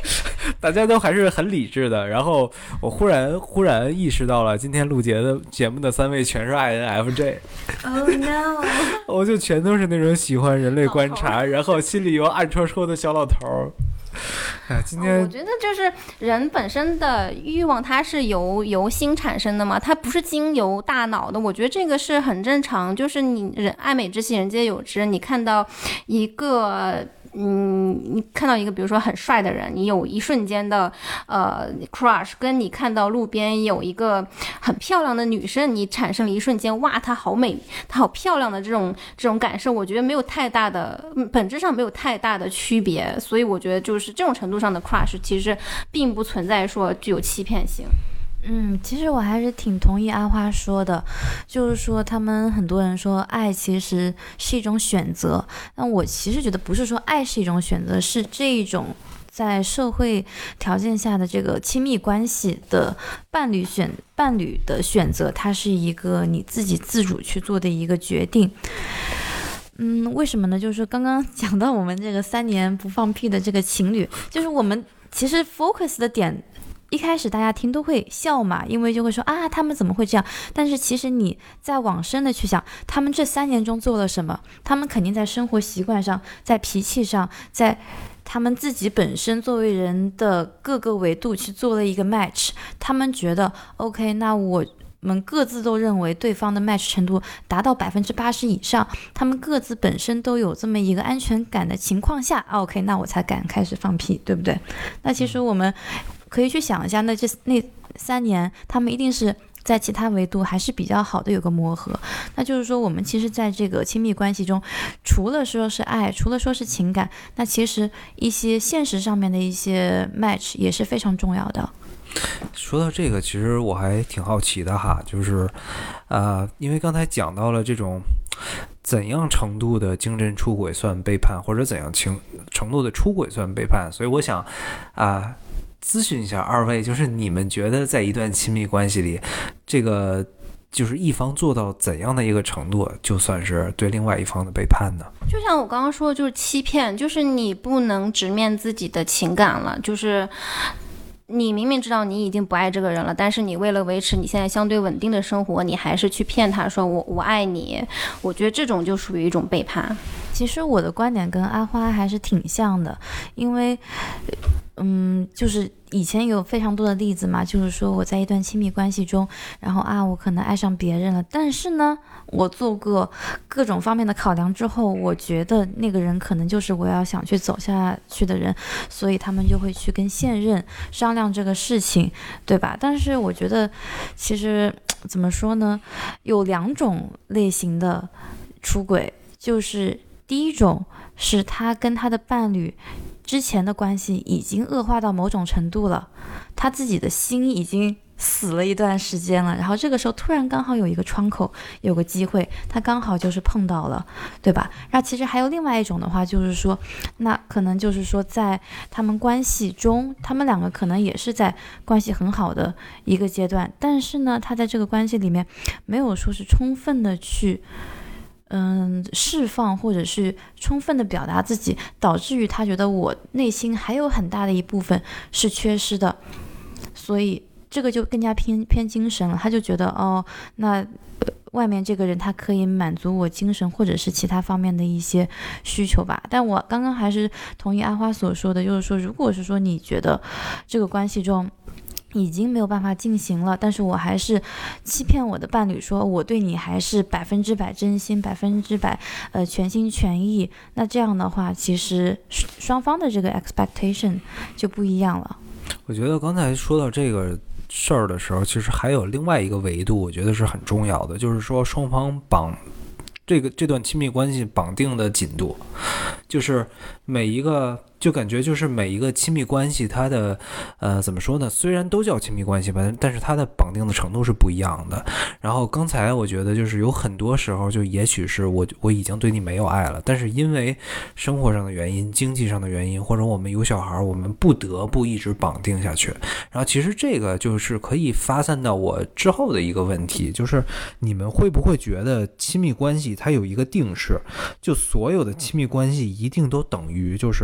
大家都还是很理智的。然后我忽然忽然意识到了，今天录节的节目的三位全是 I N F J。
Oh no！
我就全都是那种喜欢人类观察，然后心里有暗戳戳的小老头。哎，今天、
哦、我觉得就是人本身的欲望，它是由由心产生的嘛，它不是经由大脑的。我觉得这个是很正常，就是你人爱美之心，人皆有之。你看到一个。嗯，你看到一个比如说很帅的人，你有一瞬间的呃 crush， 跟你看到路边有一个很漂亮的女生，你产生了一瞬间哇她好美她好漂亮的这种这种感受，我觉得没有太大的本质上没有太大的区别。所以我觉得就是这种程度上的 crush 其实并不存在说具有欺骗性。
嗯，其实我还是挺同意阿花说的，就是说他们很多人说爱其实是一种选择，但我其实觉得不是说爱是一种选择，是这种在社会条件下的这个亲密关系的伴侣选伴侣的选择，它是一个你自己自主去做的一个决定。嗯，为什么呢？就是刚刚讲到我们这个三年不放屁的这个情侣，就是我们其实 focus 的点。一开始大家听都会笑嘛，因为就会说啊他们怎么会这样，但是其实你再往深的去想，他们这三年中做了什么，他们肯定在生活习惯上，在脾气上，在他们自己本身作为人的各个维度去做了一个 match， 他们觉得 OK， 那我们各自都认为对方的 match 程度达到百分之八十以上，他们各自本身都有这么一个安全感的情况下 OK， 那我才敢开始放屁，对不对？那其实我们可以去想一下，那这那三年他们一定是在其他维度还是比较好的有个磨合。那就是说我们其实在这个亲密关系中，除了说是爱，除了说是情感，那其实一些现实上面的一些 match 也是非常重要的。
说到这个，其实我还挺好奇的哈，就是呃因为刚才讲到了这种怎样程度的精神出轨算背叛，或者怎样情程度的出轨算背叛，所以我想啊、呃、咨询一下二位，就是你们觉得在一段亲密关系里，这个就是一方做到怎样的一个程度就算是对另外一方的背叛呢？
就像我刚刚说的，就是欺骗，就是你不能直面自己的情感了，就是你明明知道你已经不爱这个人了，但是你为了维持你现在相对稳定的生活，你还是去骗他说我我爱你，我觉得这种就属于一种背叛。
其实我的观点跟阿花还是挺像的，因为嗯，就是以前有非常多的例子嘛，就是说我在一段亲密关系中，然后啊，我可能爱上别人了，但是呢，我做过各种方面的考量之后，我觉得那个人可能就是我要想去走下去的人，所以他们就会去跟现任商量这个事情，对吧？但是我觉得，其实怎么说呢，有两种类型的出轨，就是第一种是他跟他的伴侣之前的关系已经恶化到某种程度了，他自己的心已经死了一段时间了，然后这个时候突然刚好有一个窗口，有个机会，他刚好就是碰到了，对吧？然后其实还有另外一种的话，就是说那可能就是说在他们关系中，他们两个可能也是在关系很好的一个阶段，但是呢他在这个关系里面没有说是充分的去嗯，释放或者是充分的表达自己，导致于他觉得我内心还有很大的一部分是缺失的，所以这个就更加偏偏精神了。他就觉得哦，那、呃、外面这个人他可以满足我精神或者是其他方面的一些需求吧。但我刚刚还是同意阿花所说的，就是说，如果是说你觉得这个关系中已经没有办法进行了，但是我还是欺骗我的伴侣说我对你还是百分之百真心，百分之百呃全心全意，那这样的话其实双方的这个 expectation 就不一样了。
我觉得刚才说到这个事儿的时候，其实还有另外一个维度，我觉得是很重要的，就是说双方绑这个这段亲密关系绑定的紧度，就是每一个就感觉就是每一个亲密关系它的呃怎么说呢，虽然都叫亲密关系吧，但是它的绑定的程度是不一样的。然后刚才我觉得就是有很多时候就也许是我我已经对你没有爱了，但是因为生活上的原因，经济上的原因，或者我们有小孩，我们不得不一直绑定下去。然后其实这个就是可以发散到我之后的一个问题，就是你们会不会觉得亲密关系它有一个定式，就所有的亲密关系一定都等于就是我先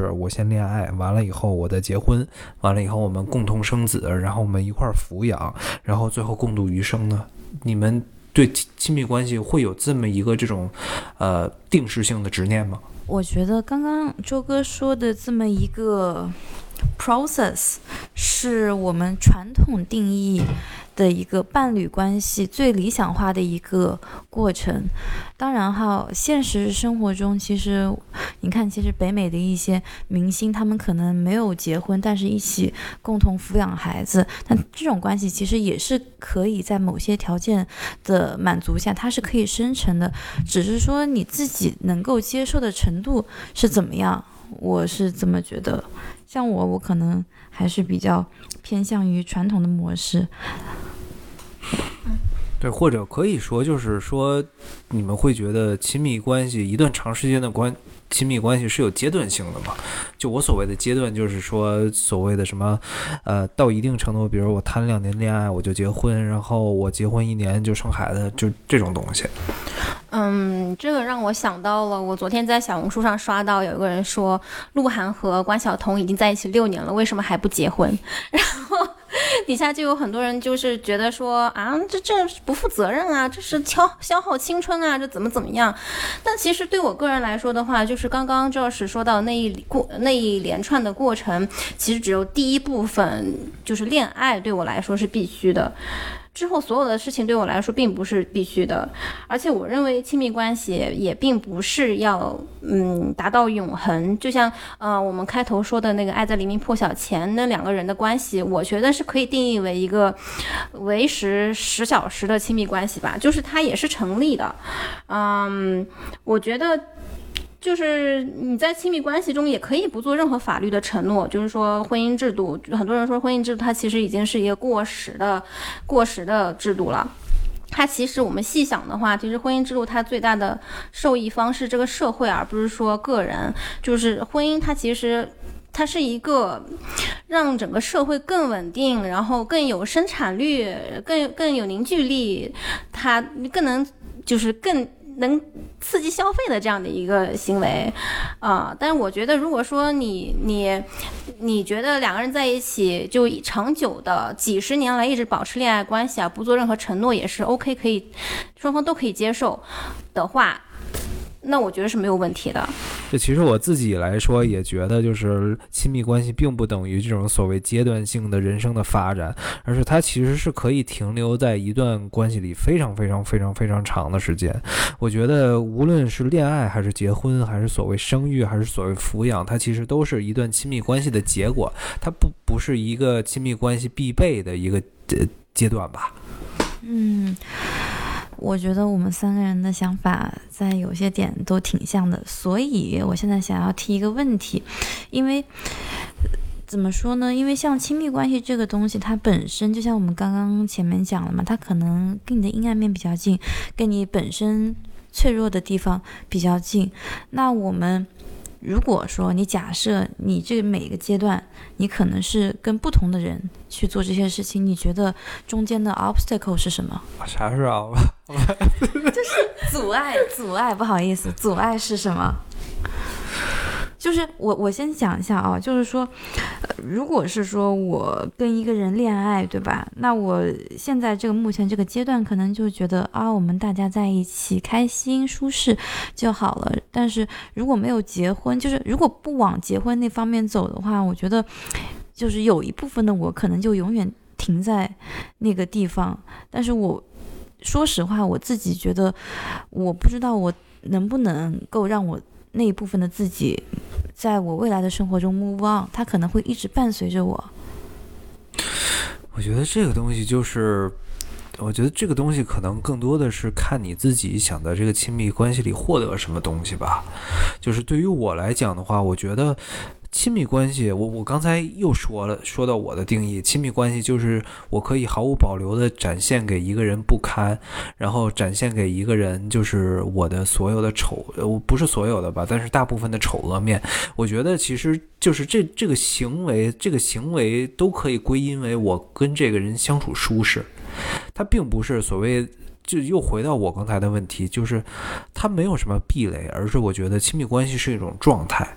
先恋爱，完了以后我再结婚，完了以后我们共同生子，然后我们一块儿抚养，然后最后共度余生呢？你们对亲密关系会有这么一个这种呃定式性的执念吗？
我觉得刚刚周哥说的这么一个 process 是我们传统定义的一个伴侣关系最理想化的一个过程。当然哈，现实生活中其实你看，其实北美的一些明星他们可能没有结婚，但是一起共同抚养孩子，但这种关系其实也是可以在某些条件的满足下它是可以生成的，只是说你自己能够接受的程度是怎么样，我是这么觉得。像我我可能还是比较偏向于传统的模式。
对，或者可以说就是说你们会觉得亲密关系一段长时间的关亲密关系是有阶段性的嘛？就我所谓的阶段，就是说所谓的什么，呃，到一定程度，比如我谈两年恋爱我就结婚，然后我结婚一年就生孩子，就这种东西。
嗯，这个让我想到了，我昨天在小红书上刷到有一个人说，鹿晗和关晓彤已经在一起六年了，为什么还不结婚？然后底下就有很多人就是觉得说啊，这这不负责任啊，这是消消耗青春啊，这怎么怎么样？但其实对我个人来说的话，就是刚刚赵史说到那一过那一连串的过程，其实只有第一部分就是恋爱对我来说是必须的。之后所有的事情对我来说并不是必须的，而且我认为亲密关系也并不是要嗯达到永恒，就像呃我们开头说的那个爱在黎明破晓前那两个人的关系，我觉得是可以定义为一个维持十小时的亲密关系吧，就是它也是成立的。嗯，我觉得就是你在亲密关系中也可以不做任何法律的承诺，就是说婚姻制度，很多人说婚姻制度它其实已经是一个过时的过时的制度了。它其实我们细想的话，其实婚姻制度它最大的受益方是这个社会，而不是说个人。就是婚姻它其实它是一个让整个社会更稳定，然后更有生产率，更更有凝聚力，它更能就是更能刺激消费的这样的一个行为啊、呃，但是我觉得如果说你你你觉得两个人在一起就长久的几十年来一直保持恋爱关系啊，不做任何承诺也是 OK， 可以双方都可以接受的话，那我觉得是没有问题的。
这其实我自己来说也觉得，就是亲密关系并不等于这种所谓阶段性的人生的发展，而是它其实是可以停留在一段关系里非常非常非常非常长的时间。我觉得无论是恋爱还是结婚还是所谓生育还是所谓抚养，它其实都是一段亲密关系的结果，它不不是一个亲密关系必备的一个呃阶段吧。
嗯，我觉得我们三个人的想法在有些点都挺像的，所以我现在想要提一个问题，因为怎么说呢？因为像亲密关系这个东西，它本身就像我们刚刚前面讲了嘛，它可能跟你的阴暗面比较近，跟你本身脆弱的地方比较近。那我们如果说你假设你这个每个阶段你可能是跟不同的人去做这些事情，你觉得中间的 obstacle 是什么？
啥是啊？
就是阻碍，阻碍，不好意思，阻碍是什么？就是我我先讲一下啊，就是说、呃、如果是说我跟一个人恋爱，对吧？那我现在这个目前这个阶段可能就觉得啊，我们大家在一起开心舒适就好了。但是如果没有结婚，就是如果不往结婚那方面走的话，我觉得就是有一部分的我可能就永远停在那个地方。但是我说实话，我自己觉得我不知道我能不能够让我那一部分的自己在我未来的生活中 move on， 它可能会一直伴随着我。
我觉得这个东西就是我觉得这个东西可能更多的是看你自己想在这个亲密关系里获得什么东西吧。就是对于我来讲的话，我觉得亲密关系，我我刚才又说了，说到我的定义，亲密关系就是我可以毫无保留的展现给一个人不堪，然后展现给一个人就是我的所有的丑，我不是所有的吧，但是大部分的丑恶面。我觉得其实就是这这个行为，这个行为都可以归因为我跟这个人相处舒适，它并不是所谓。就又回到我刚才的问题，就是它没有什么壁垒，而是我觉得亲密关系是一种状态。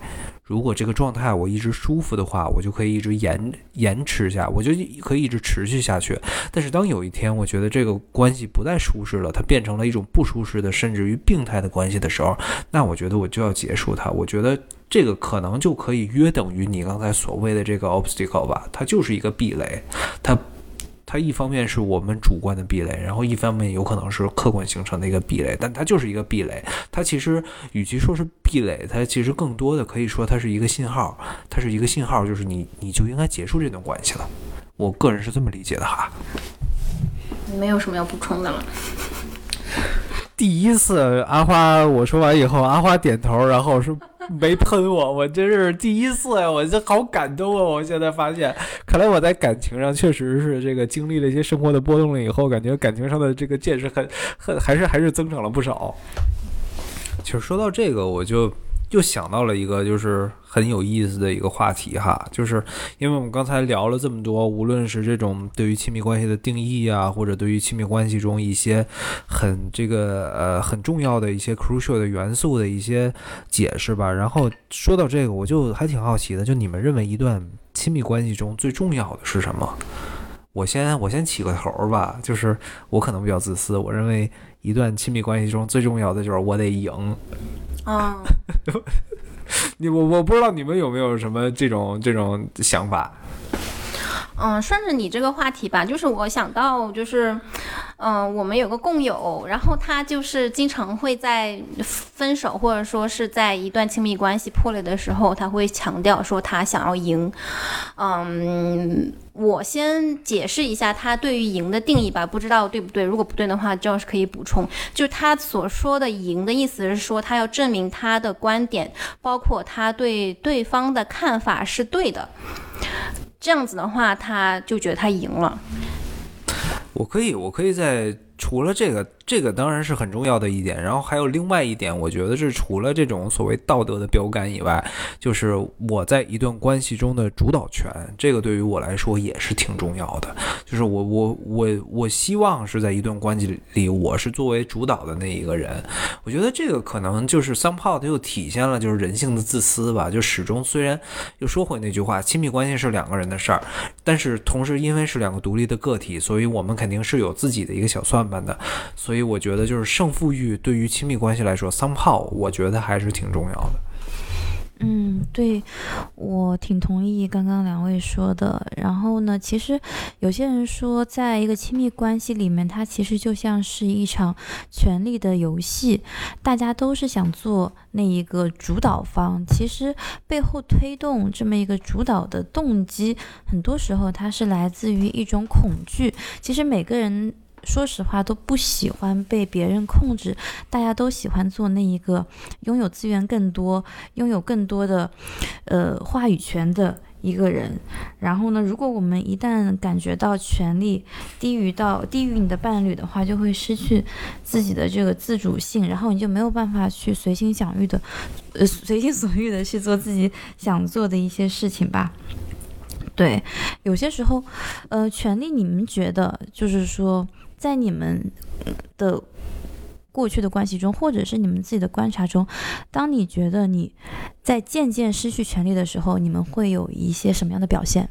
如果这个状态我一直舒服的话，我就可以一直延延迟下，我就可以一直持续下去。但是当有一天我觉得这个关系不再舒适了，它变成了一种不舒适的甚至于病态的关系的时候，那我觉得我就要结束它。我觉得这个可能就可以约等于你刚才所谓的这个 obstacle 吧，它就是一个壁垒。它它一方面是我们主观的壁垒，然后一方面有可能是客观形成的一个壁垒，但它就是一个壁垒。它其实与其说是壁垒，它其实更多的可以说它是一个信号，它是一个信号，就是你你就应该结束这段关系了。我个人是这么理解的哈。
没有什么要补充的了。
第一次阿花我说完以后，阿花点头，然后是没喷我，我真是第一次呀，我这好感动啊！我现在发现，看来我在感情上确实是这个经历了一些生活的波动了以后，感觉感情上的这个见识很很还是还是增长了不少。其实说到这个，我就又想到了一个就是很有意思的一个话题哈，就是因为我们刚才聊了这么多，无论是这种对于亲密关系的定义啊，或者对于亲密关系中一些很这个呃很重要的一些 crucial 的元素的一些解释吧。然后说到这个，我就还挺好奇的，就你们认为一段亲密关系中最重要的是什么？我先我先起个头吧，就是我可能比较自私，我认为一段亲密关系中最重要的就是我得赢。
嗯，
你我我不知道你们有没有什么这种这种想法。
嗯，顺着你这个话题吧，就是我想到就是，嗯、呃，我们有个共友，然后他就是经常会在分手或者说是在一段亲密关系破裂的时候，他会强调说他想要赢。嗯，我先解释一下他对于赢的定义吧，不知道对不对，如果不对的话就是可以补充。就是他所说的赢的意思是说他要证明他的观点，包括他对对方的看法是对的，这样子的话他就觉得他赢了。
我可以我可以在除了这个这个当然是很重要的一点，然后还有另外一点，我觉得是除了这种所谓道德的标杆以外，就是我在一段关系中的主导权，这个对于我来说也是挺重要的。就是我我我我希望是在一段关系里，我是作为主导的那一个人。我觉得这个可能就是 somehow 它又体现了就是人性的自私吧。就始终虽然又说回那句话，亲密关系是两个人的事儿，但是同时因为是两个独立的个体，所以我们肯定是有自己的一个小算盘的。所以我觉得就是胜负欲对于亲密关系来说 somehow 我觉得还是挺重要的。
嗯，对，我挺同意刚刚两位说的。然后呢，其实有些人说，在一个亲密关系里面，它其实就像是一场权力的游戏，大家都是想做那一个主导方。其实背后推动这么一个主导的动机，很多时候它是来自于一种恐惧。其实每个人说实话都不喜欢被别人控制，大家都喜欢做那一个拥有资源更多、拥有更多的呃话语权的一个人。然后呢，如果我们一旦感觉到权力低于到低于你的伴侣的话，就会失去自己的这个自主性，然后你就没有办法去随心所欲的呃随心所欲的去做自己想做的一些事情吧。对，有些时候呃权力，你们觉得就是说在你们的过去的关系中，或者是你们自己的观察中，当你觉得你在渐渐失去权力的时候，你们会有一些什么样的表现？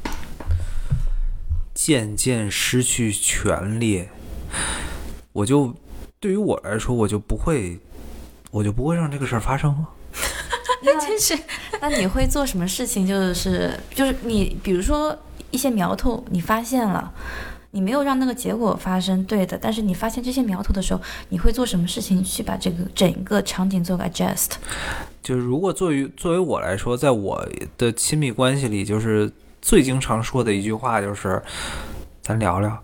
渐渐失去权力，我就对于我来说，我就不会，我就不会让这个事儿发生了。
真是，那你会做什么事情？就是就是你，比如说一些苗头，你发现了。你没有让那个结果发生，对的，但是你发现这些苗头的时候，你会做什么事情去把这个整个场景做个 adjust？
就是如果作为作为我来说，在我的亲密关系里，就是最经常说的一句话就是咱聊聊。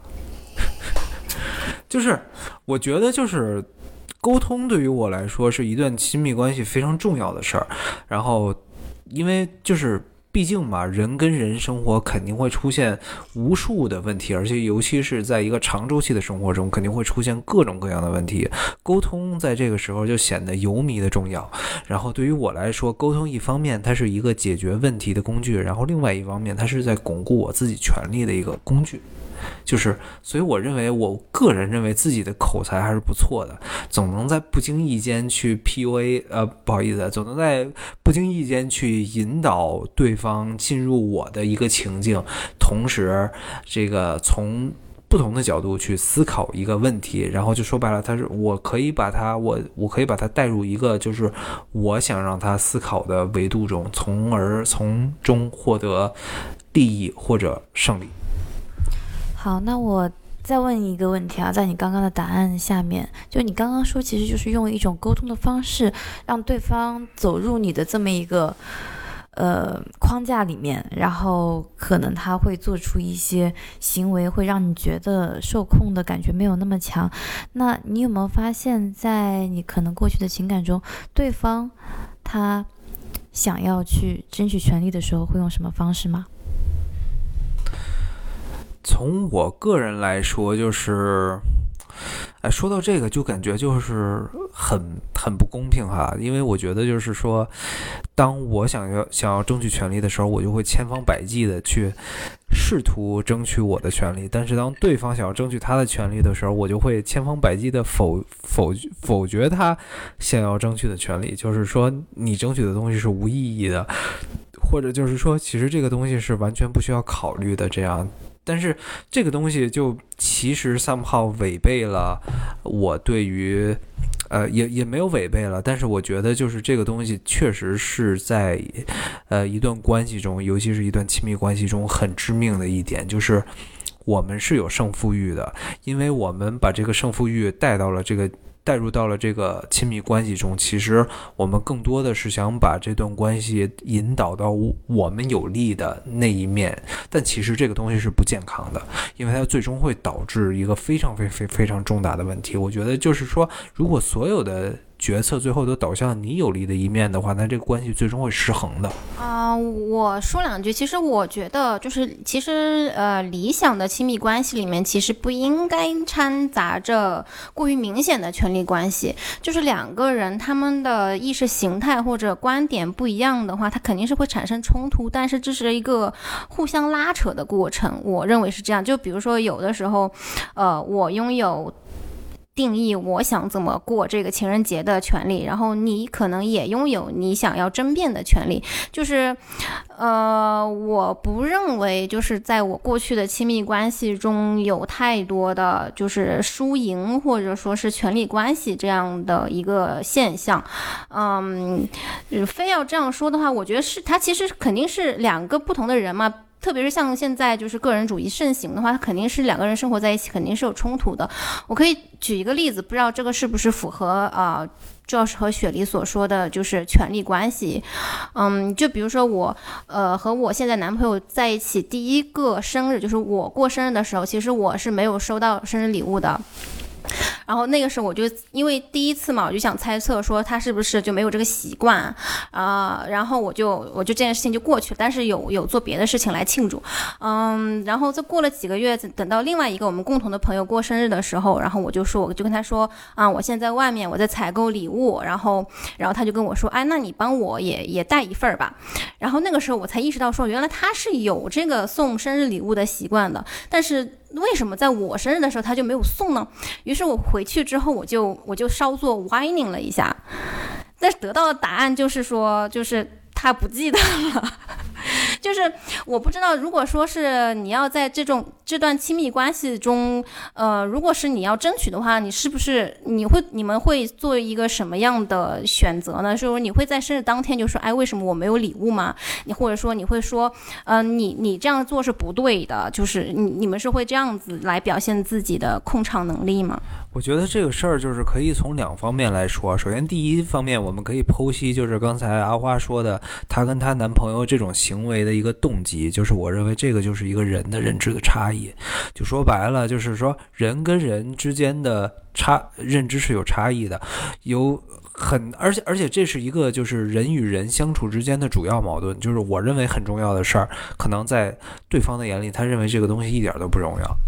就是我觉得就是沟通对于我来说是一段亲密关系非常重要的事儿。然后因为就是毕竟嘛，人跟人生活肯定会出现无数的问题，而且尤其是在一个长周期的生活中，肯定会出现各种各样的问题。沟通在这个时候就显得尤弥的重要。然后对于我来说，沟通一方面它是一个解决问题的工具，然后另外一方面它是在巩固我自己权利的一个工具。 就是所以我认为我个人认为自己的口才还是不错的，总能在不经意间去 P U A 呃不好意思，总能在不经意间去引导对方进入我的一个情境，同时这个从不同的角度去思考一个问题，然后就说白了，他是我可以把他我我可以把他带入一个就是我想让他思考的维度中，从而从中获得利益或者胜利。
好，那我再问一个问题啊，在你刚刚的答案下面，就你刚刚说其实就是用一种沟通的方式让对方走入你的这么一个呃框架里面，然后可能他会做出一些行为会让你觉得受控的感觉没有那么强。那你有没有发现在你可能过去的情感中，对方他想要去争取权利的时候会用什么方式吗？
从我个人来说，就是哎，说到这个就感觉就是很很不公平哈，因为我觉得就是说，当我想要想要争取权利的时候，我就会千方百计的去试图争取我的权利，但是当对方想要争取他的权利的时候，我就会千方百计的否否否决他想要争取的权利，就是说你争取的东西是无意义的，或者就是说其实这个东西是完全不需要考虑的这样。但是这个东西就其实 somehow 违背了我对于呃也也没有违背了，但是我觉得就是这个东西确实是在呃一段关系中，尤其是一段亲密关系中很致命的一点，就是我们是有胜负欲的，因为我们把这个胜负欲带到了这个带入到了这个亲密关系中，其实我们更多的是想把这段关系引导到我们有利的那一面，但其实这个东西是不健康的，因为它最终会导致一个非常非常非常重大的问题。我觉得就是说，如果所有的决策最后都导向你有利的一面的话，那这个关系最终会失衡的。
啊、呃，我说两句。其实我觉得，就是其实呃，理想的亲密关系里面，其实不应该掺杂着过于明显的权力关系。就是两个人他们的意识形态或者观点不一样的话，它肯定是会产生冲突，但是这是一个互相拉扯的过程。我认为是这样。就比如说，有的时候，呃，我拥有定义我想怎么过这个情人节的权利，然后你可能也拥有你想要争辩的权利。就是呃，我不认为就是在我过去的亲密关系中有太多的就是输赢或者说是权力关系这样的一个现象。嗯，非要这样说的话，我觉得是它其实肯定是两个不同的人嘛。特别是像现在就是个人主义盛行的话，它肯定是两个人生活在一起肯定是有冲突的。我可以举一个例子，不知道这个是不是符合啊 Josh 和雪梨所说的就是权力关系。嗯，就比如说我呃和我现在男朋友在一起第一个生日，就是我过生日的时候，其实我是没有收到生日礼物的。然后那个时候我就因为第一次嘛，我就想猜测说他是不是就没有这个习惯啊、呃，然后我就我就这件事情就过去了，但是有有做别的事情来庆祝。嗯，然后再过了几个月，等到另外一个我们共同的朋友过生日的时候，然后我就说我就跟他说啊，我现在外面我在采购礼物，然后然后他就跟我说，哎，那你帮我也也带一份吧。然后那个时候我才意识到说，原来他是有这个送生日礼物的习惯的，但是为什么在我生日的时候他就没有送呢？于是我回去之后，我就我就稍作 whining 了一下，但是得到的答案就是说，就是他不记得了。就是我不知道，如果说是你要在这种这段亲密关系中，呃，如果是你要争取的话，你是不是你会你们会做一个什么样的选择呢？就是你会在生日当天就说，哎，为什么我没有礼物吗？你或者说你会说，呃，你你这样做是不对的，就是你你们是会这样子来表现自己的控场能力吗？
我觉得这个事儿就是可以从两方面来说。首先，第一方面我们可以剖析，就是刚才阿花说的，她跟她男朋友这种行为的一个动机，就是我认为这个就是一个人的认知的差异。就说白了，就是说人跟人之间的差认知是有差异的，有很而且而且这是一个就是人与人相处之间的主要矛盾，就是我认为很重要的事儿，可能在对方的眼里，他认为这个东西一点都不重要。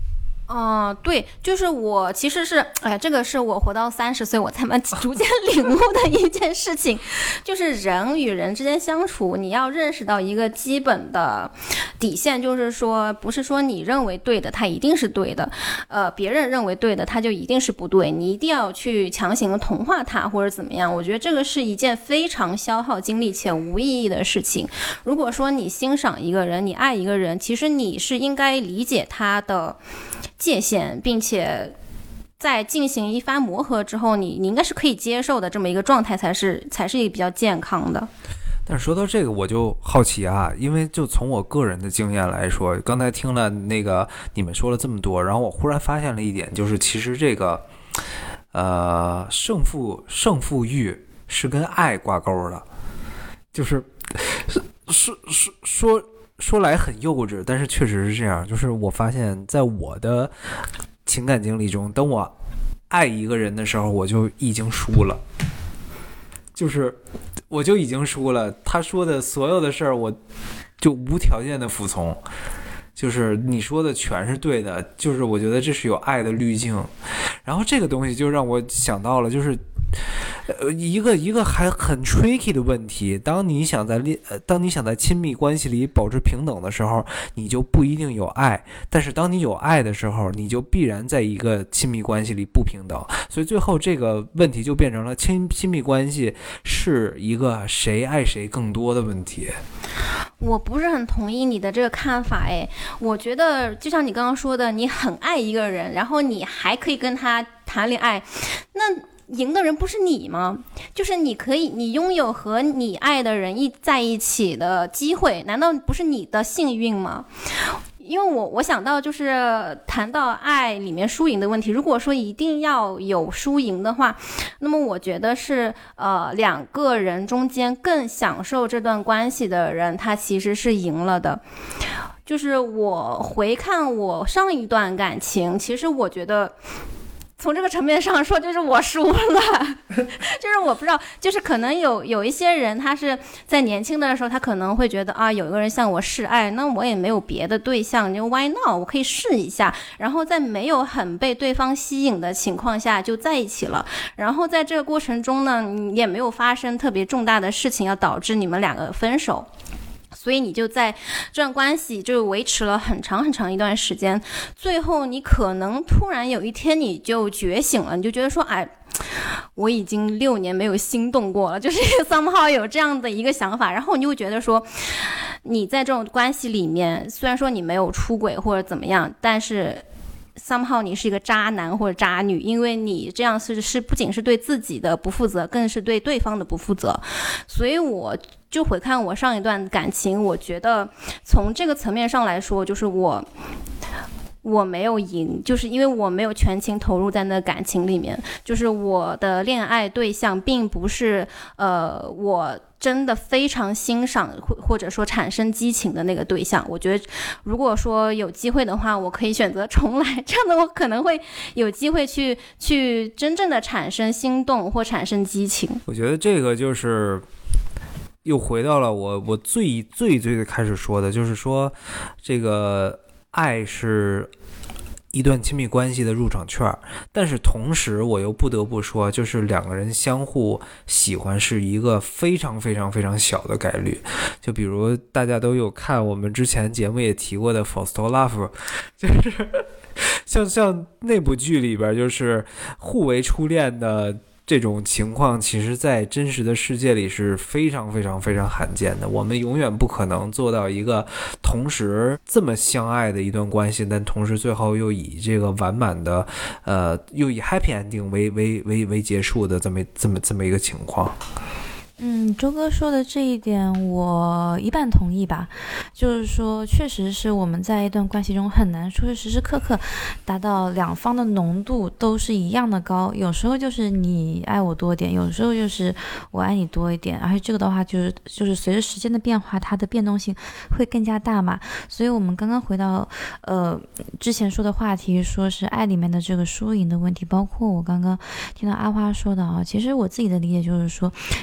哦、呃，对，就是我其实是，哎，这个是我活到三十岁我才慢逐渐领悟的一件事情，就是人与人之间相处，你要认识到一个基本的底线，就是说，不是说你认为对的，它一定是对的，呃，别人认为对的，它就一定是不对，你一定要去强行的同化它或者怎么样。我觉得这个是一件非常消耗精力且无意义的事情。如果说你欣赏一个人，你爱一个人，其实你是应该理解他的界限，并且在进行一番磨合之后，你你应该是可以接受的这么一个状态，才是才是一个比较健康的。
但是说到这个，我就好奇啊，因为就从我个人的经验来说，刚才听了那个你们说了这么多，然后我忽然发现了一点，就是其实这个呃胜负胜负欲是跟爱挂钩的，就是说说说说来很幼稚，但是确实是这样。就是我发现在我的情感经历中，当我爱一个人的时候，我就已经输了，就是我就已经输了。他说的所有的事儿，我就无条件的服从，就是你说的全是对的，就是我觉得这是有爱的滤镜。然后这个东西就让我想到了，就是呃，一个一个还很 tricky 的问题。当你想在呃，当你想在亲密关系里保持平等的时候，你就不一定有爱；但是当你有爱的时候，你就必然在一个亲密关系里不平等。所以最后这个问题就变成了亲亲密关系是一个谁爱谁更多的问题。
我不是很同意你的这个看法，哎，我觉得就像你刚刚说的，你很爱一个人，然后你还可以跟他谈恋爱，那赢的人不是你吗？就是你可以，你拥有和你爱的人一在一起的机会，难道不是你的幸运吗？因为我我想到就是谈到爱里面输赢的问题，如果说一定要有输赢的话，那么我觉得是呃两个人中间更享受这段关系的人，他其实是赢了的。就是我回看我上一段感情，其实我觉得从这个层面上说，就是我输了就是我不知道，就是可能有有一些人，他是在年轻的时候，他可能会觉得啊，有一个人向我示爱，那我也没有别的对象，就 why not， 我可以试一下，然后在没有很被对方吸引的情况下就在一起了，然后在这个过程中呢，也没有发生特别重大的事情要导致你们两个分手，所以你就在这段关系就维持了很长很长一段时间，最后你可能突然有一天你就觉醒了，你就觉得说，哎，我已经六年没有心动过了，就是 somehow 有这样的一个想法，然后你就会觉得说，你在这种关系里面，虽然说你没有出轨或者怎么样，但是somehow 你是一个渣男或者渣女，因为你这样是是不仅是对自己的不负责，更是对对方的不负责。所以我就回看我上一段感情，我觉得从这个层面上来说，就是我我没有赢，就是因为我没有全情投入在那感情里面，就是我的恋爱对象并不是呃我真的非常欣赏或或者说产生激情的那个对象。我觉得如果说有机会的话，我可以选择重来，这样的我可能会有机会去去真正的产生心动或产生激情。
我觉得这个就是又回到了我我最最最开始说的，就是说这个爱是一段亲密关系的入场券，但是同时我又不得不说，就是两个人相互喜欢是一个非常非常非常小的概率。就比如大家都有看我们之前节目也提过的 First Love， 就是像像那部剧里边，就是互为初恋的这种情况，其实在真实的世界里是非常非常非常罕见的。我们永远不可能做到一个同时这么相爱的一段关系，但同时最后又以这个完满的呃又以 happy ending 为为为为结束的这么这么这么一个情况。
嗯，周哥说的这一点我一半同意吧，就是说确实是我们在一段关系中很难说是时时刻刻达到两方的浓度都是一样的高，有时候就是你爱我多一点，有时候就是我爱你多一点，而且这个的话就是就是随着时间的变化，它的变动性会更加大嘛。所以我们刚刚回到呃之前说的话题，说是爱里面的这个输赢的问题，包括我刚刚听到阿花说的啊，其实我自己的理解就是说，一个人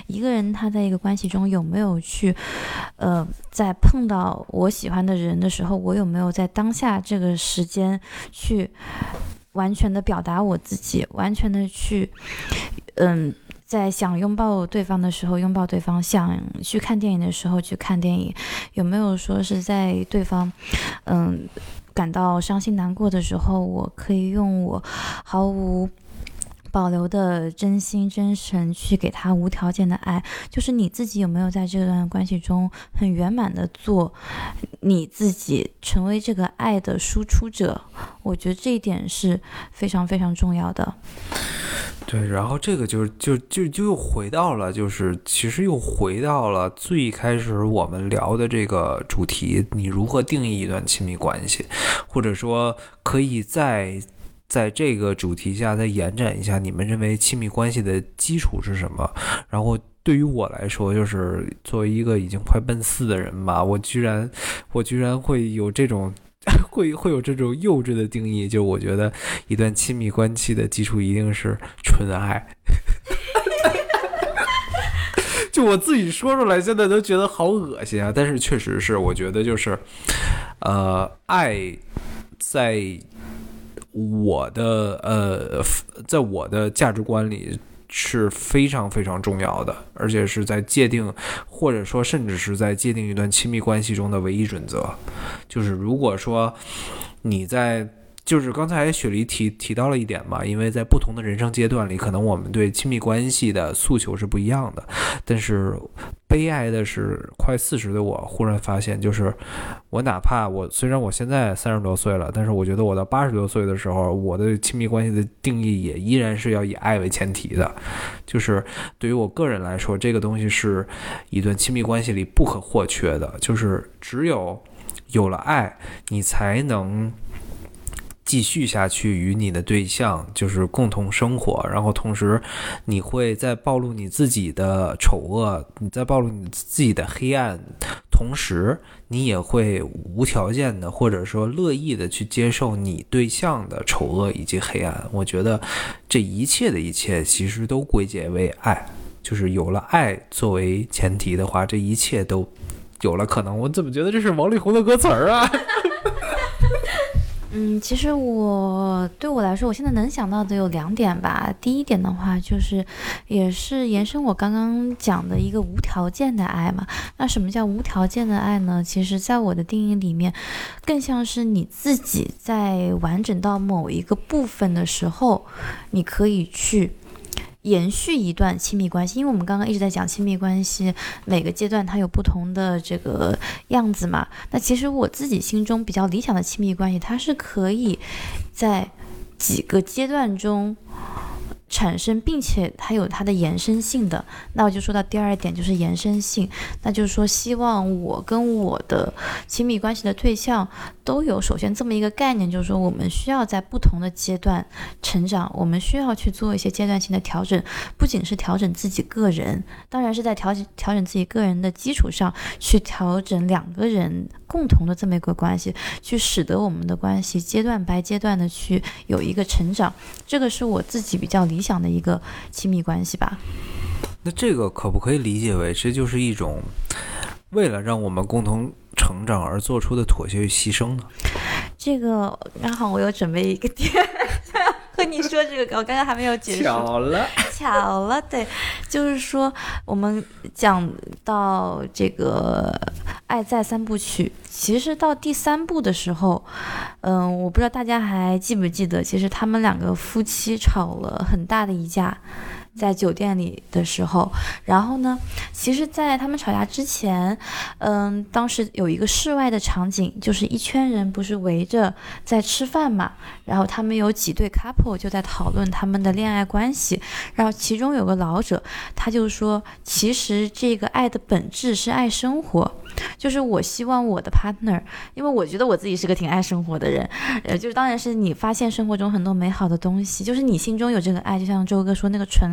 人他在一个关系中有没有去，呃，在碰到我喜欢的人的时候，我有没有在当下这个时间去完全的表达我自己，完全的去，嗯。在想拥抱对方的时候拥抱对方，想去看电影的时候去看电影，有没有说是在对方嗯感到伤心难过的时候，我可以用我毫无保留的真心真诚去给他无条件的爱。就是你自己有没有在这段关系中很圆满的做你自己，成为这个爱的输出者，我觉得这一点是非常非常重要的。
对，然后这个就就就就又回到了，就是其实又回到了最开始我们聊的这个主题，你如何定义一段亲密关系，或者说可以在在这个主题下再延展一下，你们认为亲密关系的基础是什么？然后对于我来说，就是作为一个已经快奔四的人吧，我居然我居然会有这种。会会有这种幼稚的定义，就我觉得一段亲密关系的基础一定是纯爱。就我自己说出来，现在都觉得好恶心啊！但是确实是，我觉得就是，呃，爱在我的呃，在我的价值观里是非常非常重要的，而且是在界定，或者说甚至是在界定一段亲密关系中的唯一准则。就是如果说你在，就是刚才雪梨提提到了一点嘛，因为在不同的人生阶段里，可能我们对亲密关系的诉求是不一样的。但是悲哀的是，快四十的我忽然发现，就是我哪怕我虽然我现在三十多岁了，但是我觉得我到八十多岁的时候，我的亲密关系的定义也依然是要以爱为前提的。就是对于我个人来说，这个东西是一段亲密关系里不可或缺的，就是只有有了爱，你才能继续下去与你的对象就是共同生活，然后同时你会在暴露你自己的丑恶，你在暴露你自己的黑暗，同时你也会无条件的或者说乐意的去接受你对象的丑恶以及黑暗。我觉得这一切的一切其实都归结为爱，就是有了爱作为前提的话，这一切都有了可能。我怎么觉得这是王力宏的歌词儿啊？
嗯，其实我对我来说，我现在能想到的有两点吧。第一点的话，就是也是延伸我刚刚讲的一个无条件的爱嘛。那什么叫无条件的爱呢？其实在我的定义里面，更像是你自己在完整到某一个部分的时候，你可以去延续一段亲密关系。因为我们刚刚一直在讲亲密关系每个阶段它有不同的这个样子嘛，那其实我自己心中比较理想的亲密关系，它是可以在几个阶段中产生，并且它有它的延伸性的。那我就说到第二点，就是延伸性。那就是说希望我跟我的亲密关系的对象都有首先这么一个概念，就是说我们需要在不同的阶段成长，我们需要去做一些阶段性的调整，不仅是调整自己个人，当然是在调调整自己个人的基础上去调整两个人共同的这么一个关系，去使得我们的关系阶段白阶段的去有一个成长。这个是我自己比较理想的一个亲密关系吧。
那这个可不可以理解为这就是一种为了让我们共同成长而做出的妥协与牺牲呢？
这个刚好我有准备一个点和你说这个，我刚刚还没有结束。
巧了，
巧了，对，就是说我们讲到这个爱在三部曲，其实到第三部的时候，嗯，我不知道大家还记不记得，其实他们两个夫妻吵了很大的一架。在酒店里的时候，然后呢，其实在他们吵架之前，嗯，当时有一个室外的场景，就是一圈人不是围着在吃饭嘛，然后他们有几对 couple 就在讨论他们的恋爱关系，然后其中有个老者，他就说，其实这个爱的本质是爱生活，就是我希望我的 partner， 因为我觉得我自己是个挺爱生活的人，呃，就是当然是你发现生活中很多美好的东西，就是你心中有这个爱，就像周哥说那个纯爱，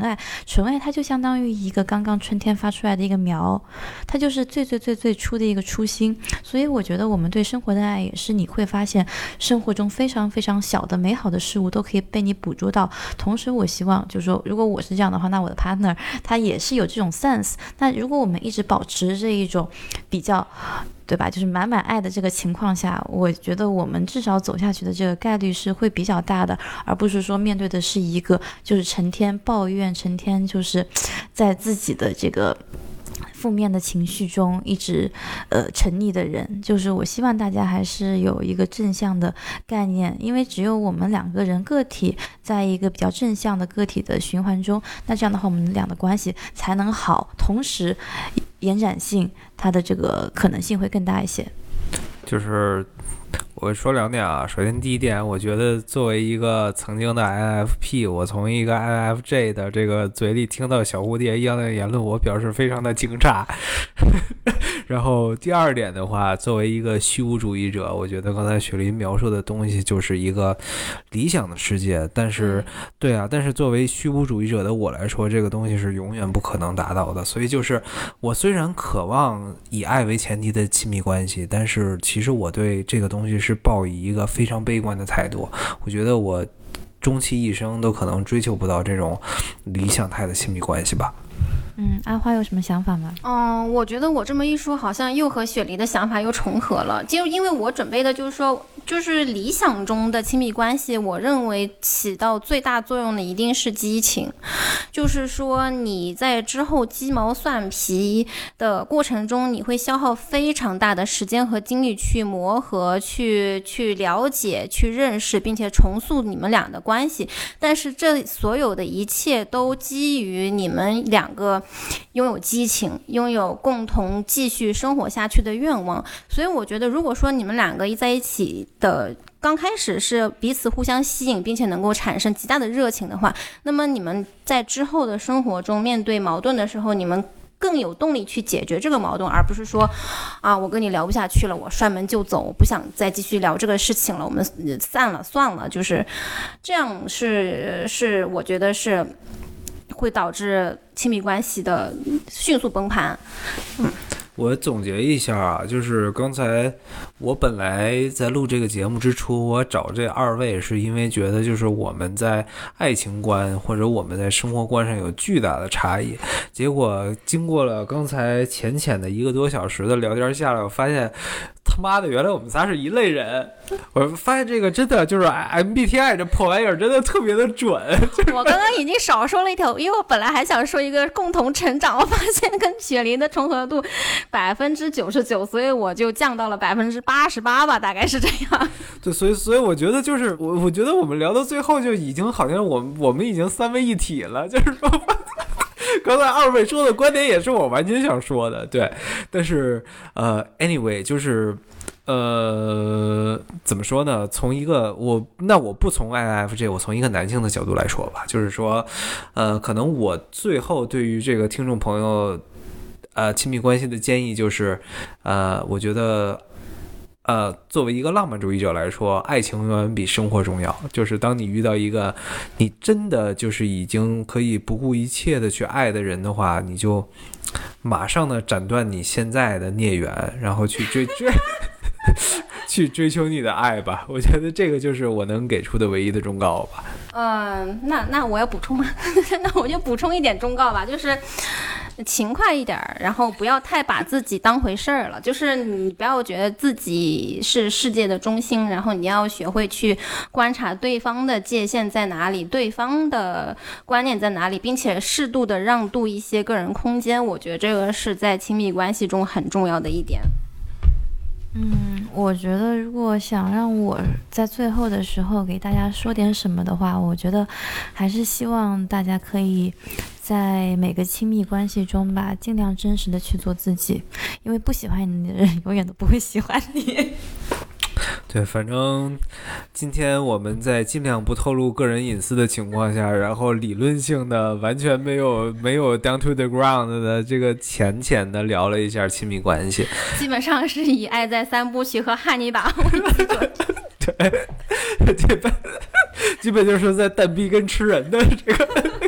爱，纯爱它就相当于一个刚刚春天发出来的一个苗，它就是最最最最初的一个初心。所以我觉得我们对生活的爱也是你会发现生活中非常非常小的美好的事物都可以被你捕捉到。同时我希望就是说，如果我是这样的话，那我的 partner 他也是有这种 sense。那如果我们一直保持这一种比较，对吧，就是满满爱的这个情况下，我觉得我们至少走下去的这个概率是会比较大的，而不是说面对的是一个就是成天抱怨，成天就是在自己的这个负面的情绪中一直呃沉溺的人。就是我希望大家还是有一个正向的概念，因为只有我们两个人个体在一个比较正向的个体的循环中，那这样的话我们俩的关系才能好，同时延展性它的这个可能性会更大一些。
就是我说两点啊，首先第一点，我觉得作为一个曾经的 I N F P， 我从一个 I N F J 的这个嘴里听到小蝴蝶一样的言论，我表示非常的惊诧。然后第二点的话，作为一个虚无主义者，我觉得刚才雪梨描述的东西就是一个理想的世界，但是对啊，但是作为虚无主义者的我来说，这个东西是永远不可能达到的。所以就是我虽然渴望以爱为前提的亲密关系，但是其实我对这个东西是抱以一个非常悲观的态度。我觉得我终其一生都可能追求不到这种理想态的亲密关系吧。
嗯，阿花有什么想法吗？
嗯，我觉得我这么一说，好像又和雪梨的想法又重合了。就因为我准备的就是说，就是理想中的亲密关系，我认为起到最大作用的一定是激情。就是说你在之后鸡毛蒜皮的过程中，你会消耗非常大的时间和精力去磨合、去去了解、去认识，并且重塑你们俩的关系。但是这所有的一切都基于你们两个拥有激情，拥有共同继续生活下去的愿望。所以我觉得，如果说你们两个一在一起的刚开始是彼此互相吸引，并且能够产生极大的热情的话，那么你们在之后的生活中面对矛盾的时候，你们更有动力去解决这个矛盾，而不是说啊，我跟你聊不下去了，我摔门就走，我不想再继续聊这个事情了，我们散了算了。就是这样是是我觉得是会导致亲密关系的迅速崩盘。嗯，
我总结一下啊，就是刚才我本来在录这个节目之初，我找这二位是因为觉得就是我们在爱情观或者我们在生活观上有巨大的差异。结果经过了刚才浅浅的一个多小时的聊天下来，我发现他妈的原来我们仨是一类人。我发现这个真的就是 M B T I 这破玩意儿真的特别的准。
我刚刚已经少说了一条，因为我本来还想说一个共同成长，我发现跟雪梨的重合度百分之九十九，所以我就降到了百分之八十八吧，大概是这样。
对，所以所以我觉得就是我我觉得我们聊到最后就已经好像我我们已经三位一体了，就是说刚才二位说的观点也是我完全想说的，对。但是呃 anyway 就是呃怎么说呢，从一个我那我不从 I N F J， 我从一个男性的角度来说吧，就是说呃可能我最后对于这个听众朋友呃亲密关系的建议就是呃我觉得呃，作为一个浪漫主义者来说，爱情永远比生活重要。就是当你遇到一个你真的就是已经可以不顾一切的去爱的人的话，你就马上的斩断你现在的孽缘，然后去追追去追求你的爱吧。我觉得这个就是我能给出的唯一的忠告吧。
嗯、呃，那那我要补充吗？那我就补充一点忠告吧，就是勤快一点，然后不要太把自己当回事儿了。就是你不要觉得自己是世界的中心，然后你要学会去观察对方的界限在哪里，对方的观念在哪里，并且适度的让渡一些个人空间。我觉得这个是在亲密关系中很重要的一点。
嗯，我觉得如果想让我在最后的时候给大家说点什么的话，我觉得还是希望大家可以在每个亲密关系中吧，尽量真实的去做自己，因为不喜欢你的人永远都不会喜欢你。
对，反正今天我们在尽量不透露个人隐私的情况下，然后理论性的完全没有没有 down to the ground 的这个浅浅的聊了一下亲密关系，
基本上是以《爱在三部曲》和《汉尼拔》为基准。
对，基本基本就是在蛋逼跟吃人的这个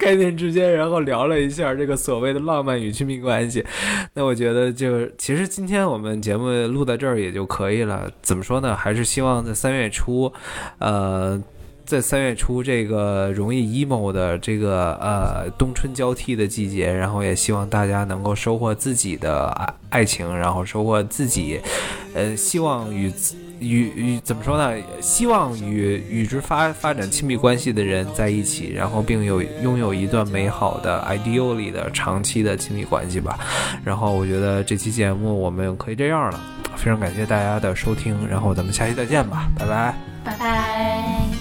概念之间，然后聊了一下这个所谓的浪漫与亲密关系。那我觉得就其实今天我们节目录到这儿也就可以了。怎么说呢？还是希望在三月初，呃。在三月初这个容易 emo 的这个呃冬春交替的季节，然后也希望大家能够收获自己的爱情，然后收获自己，呃，希望与与与怎么说呢？希望与与之发发展亲密关系的人在一起，然后并有拥有一段美好的 ideally 的长期的亲密关系吧。然后我觉得这期节目我们可以这样了，非常感谢大家的收听，然后咱们下期再见吧，拜拜，
拜拜。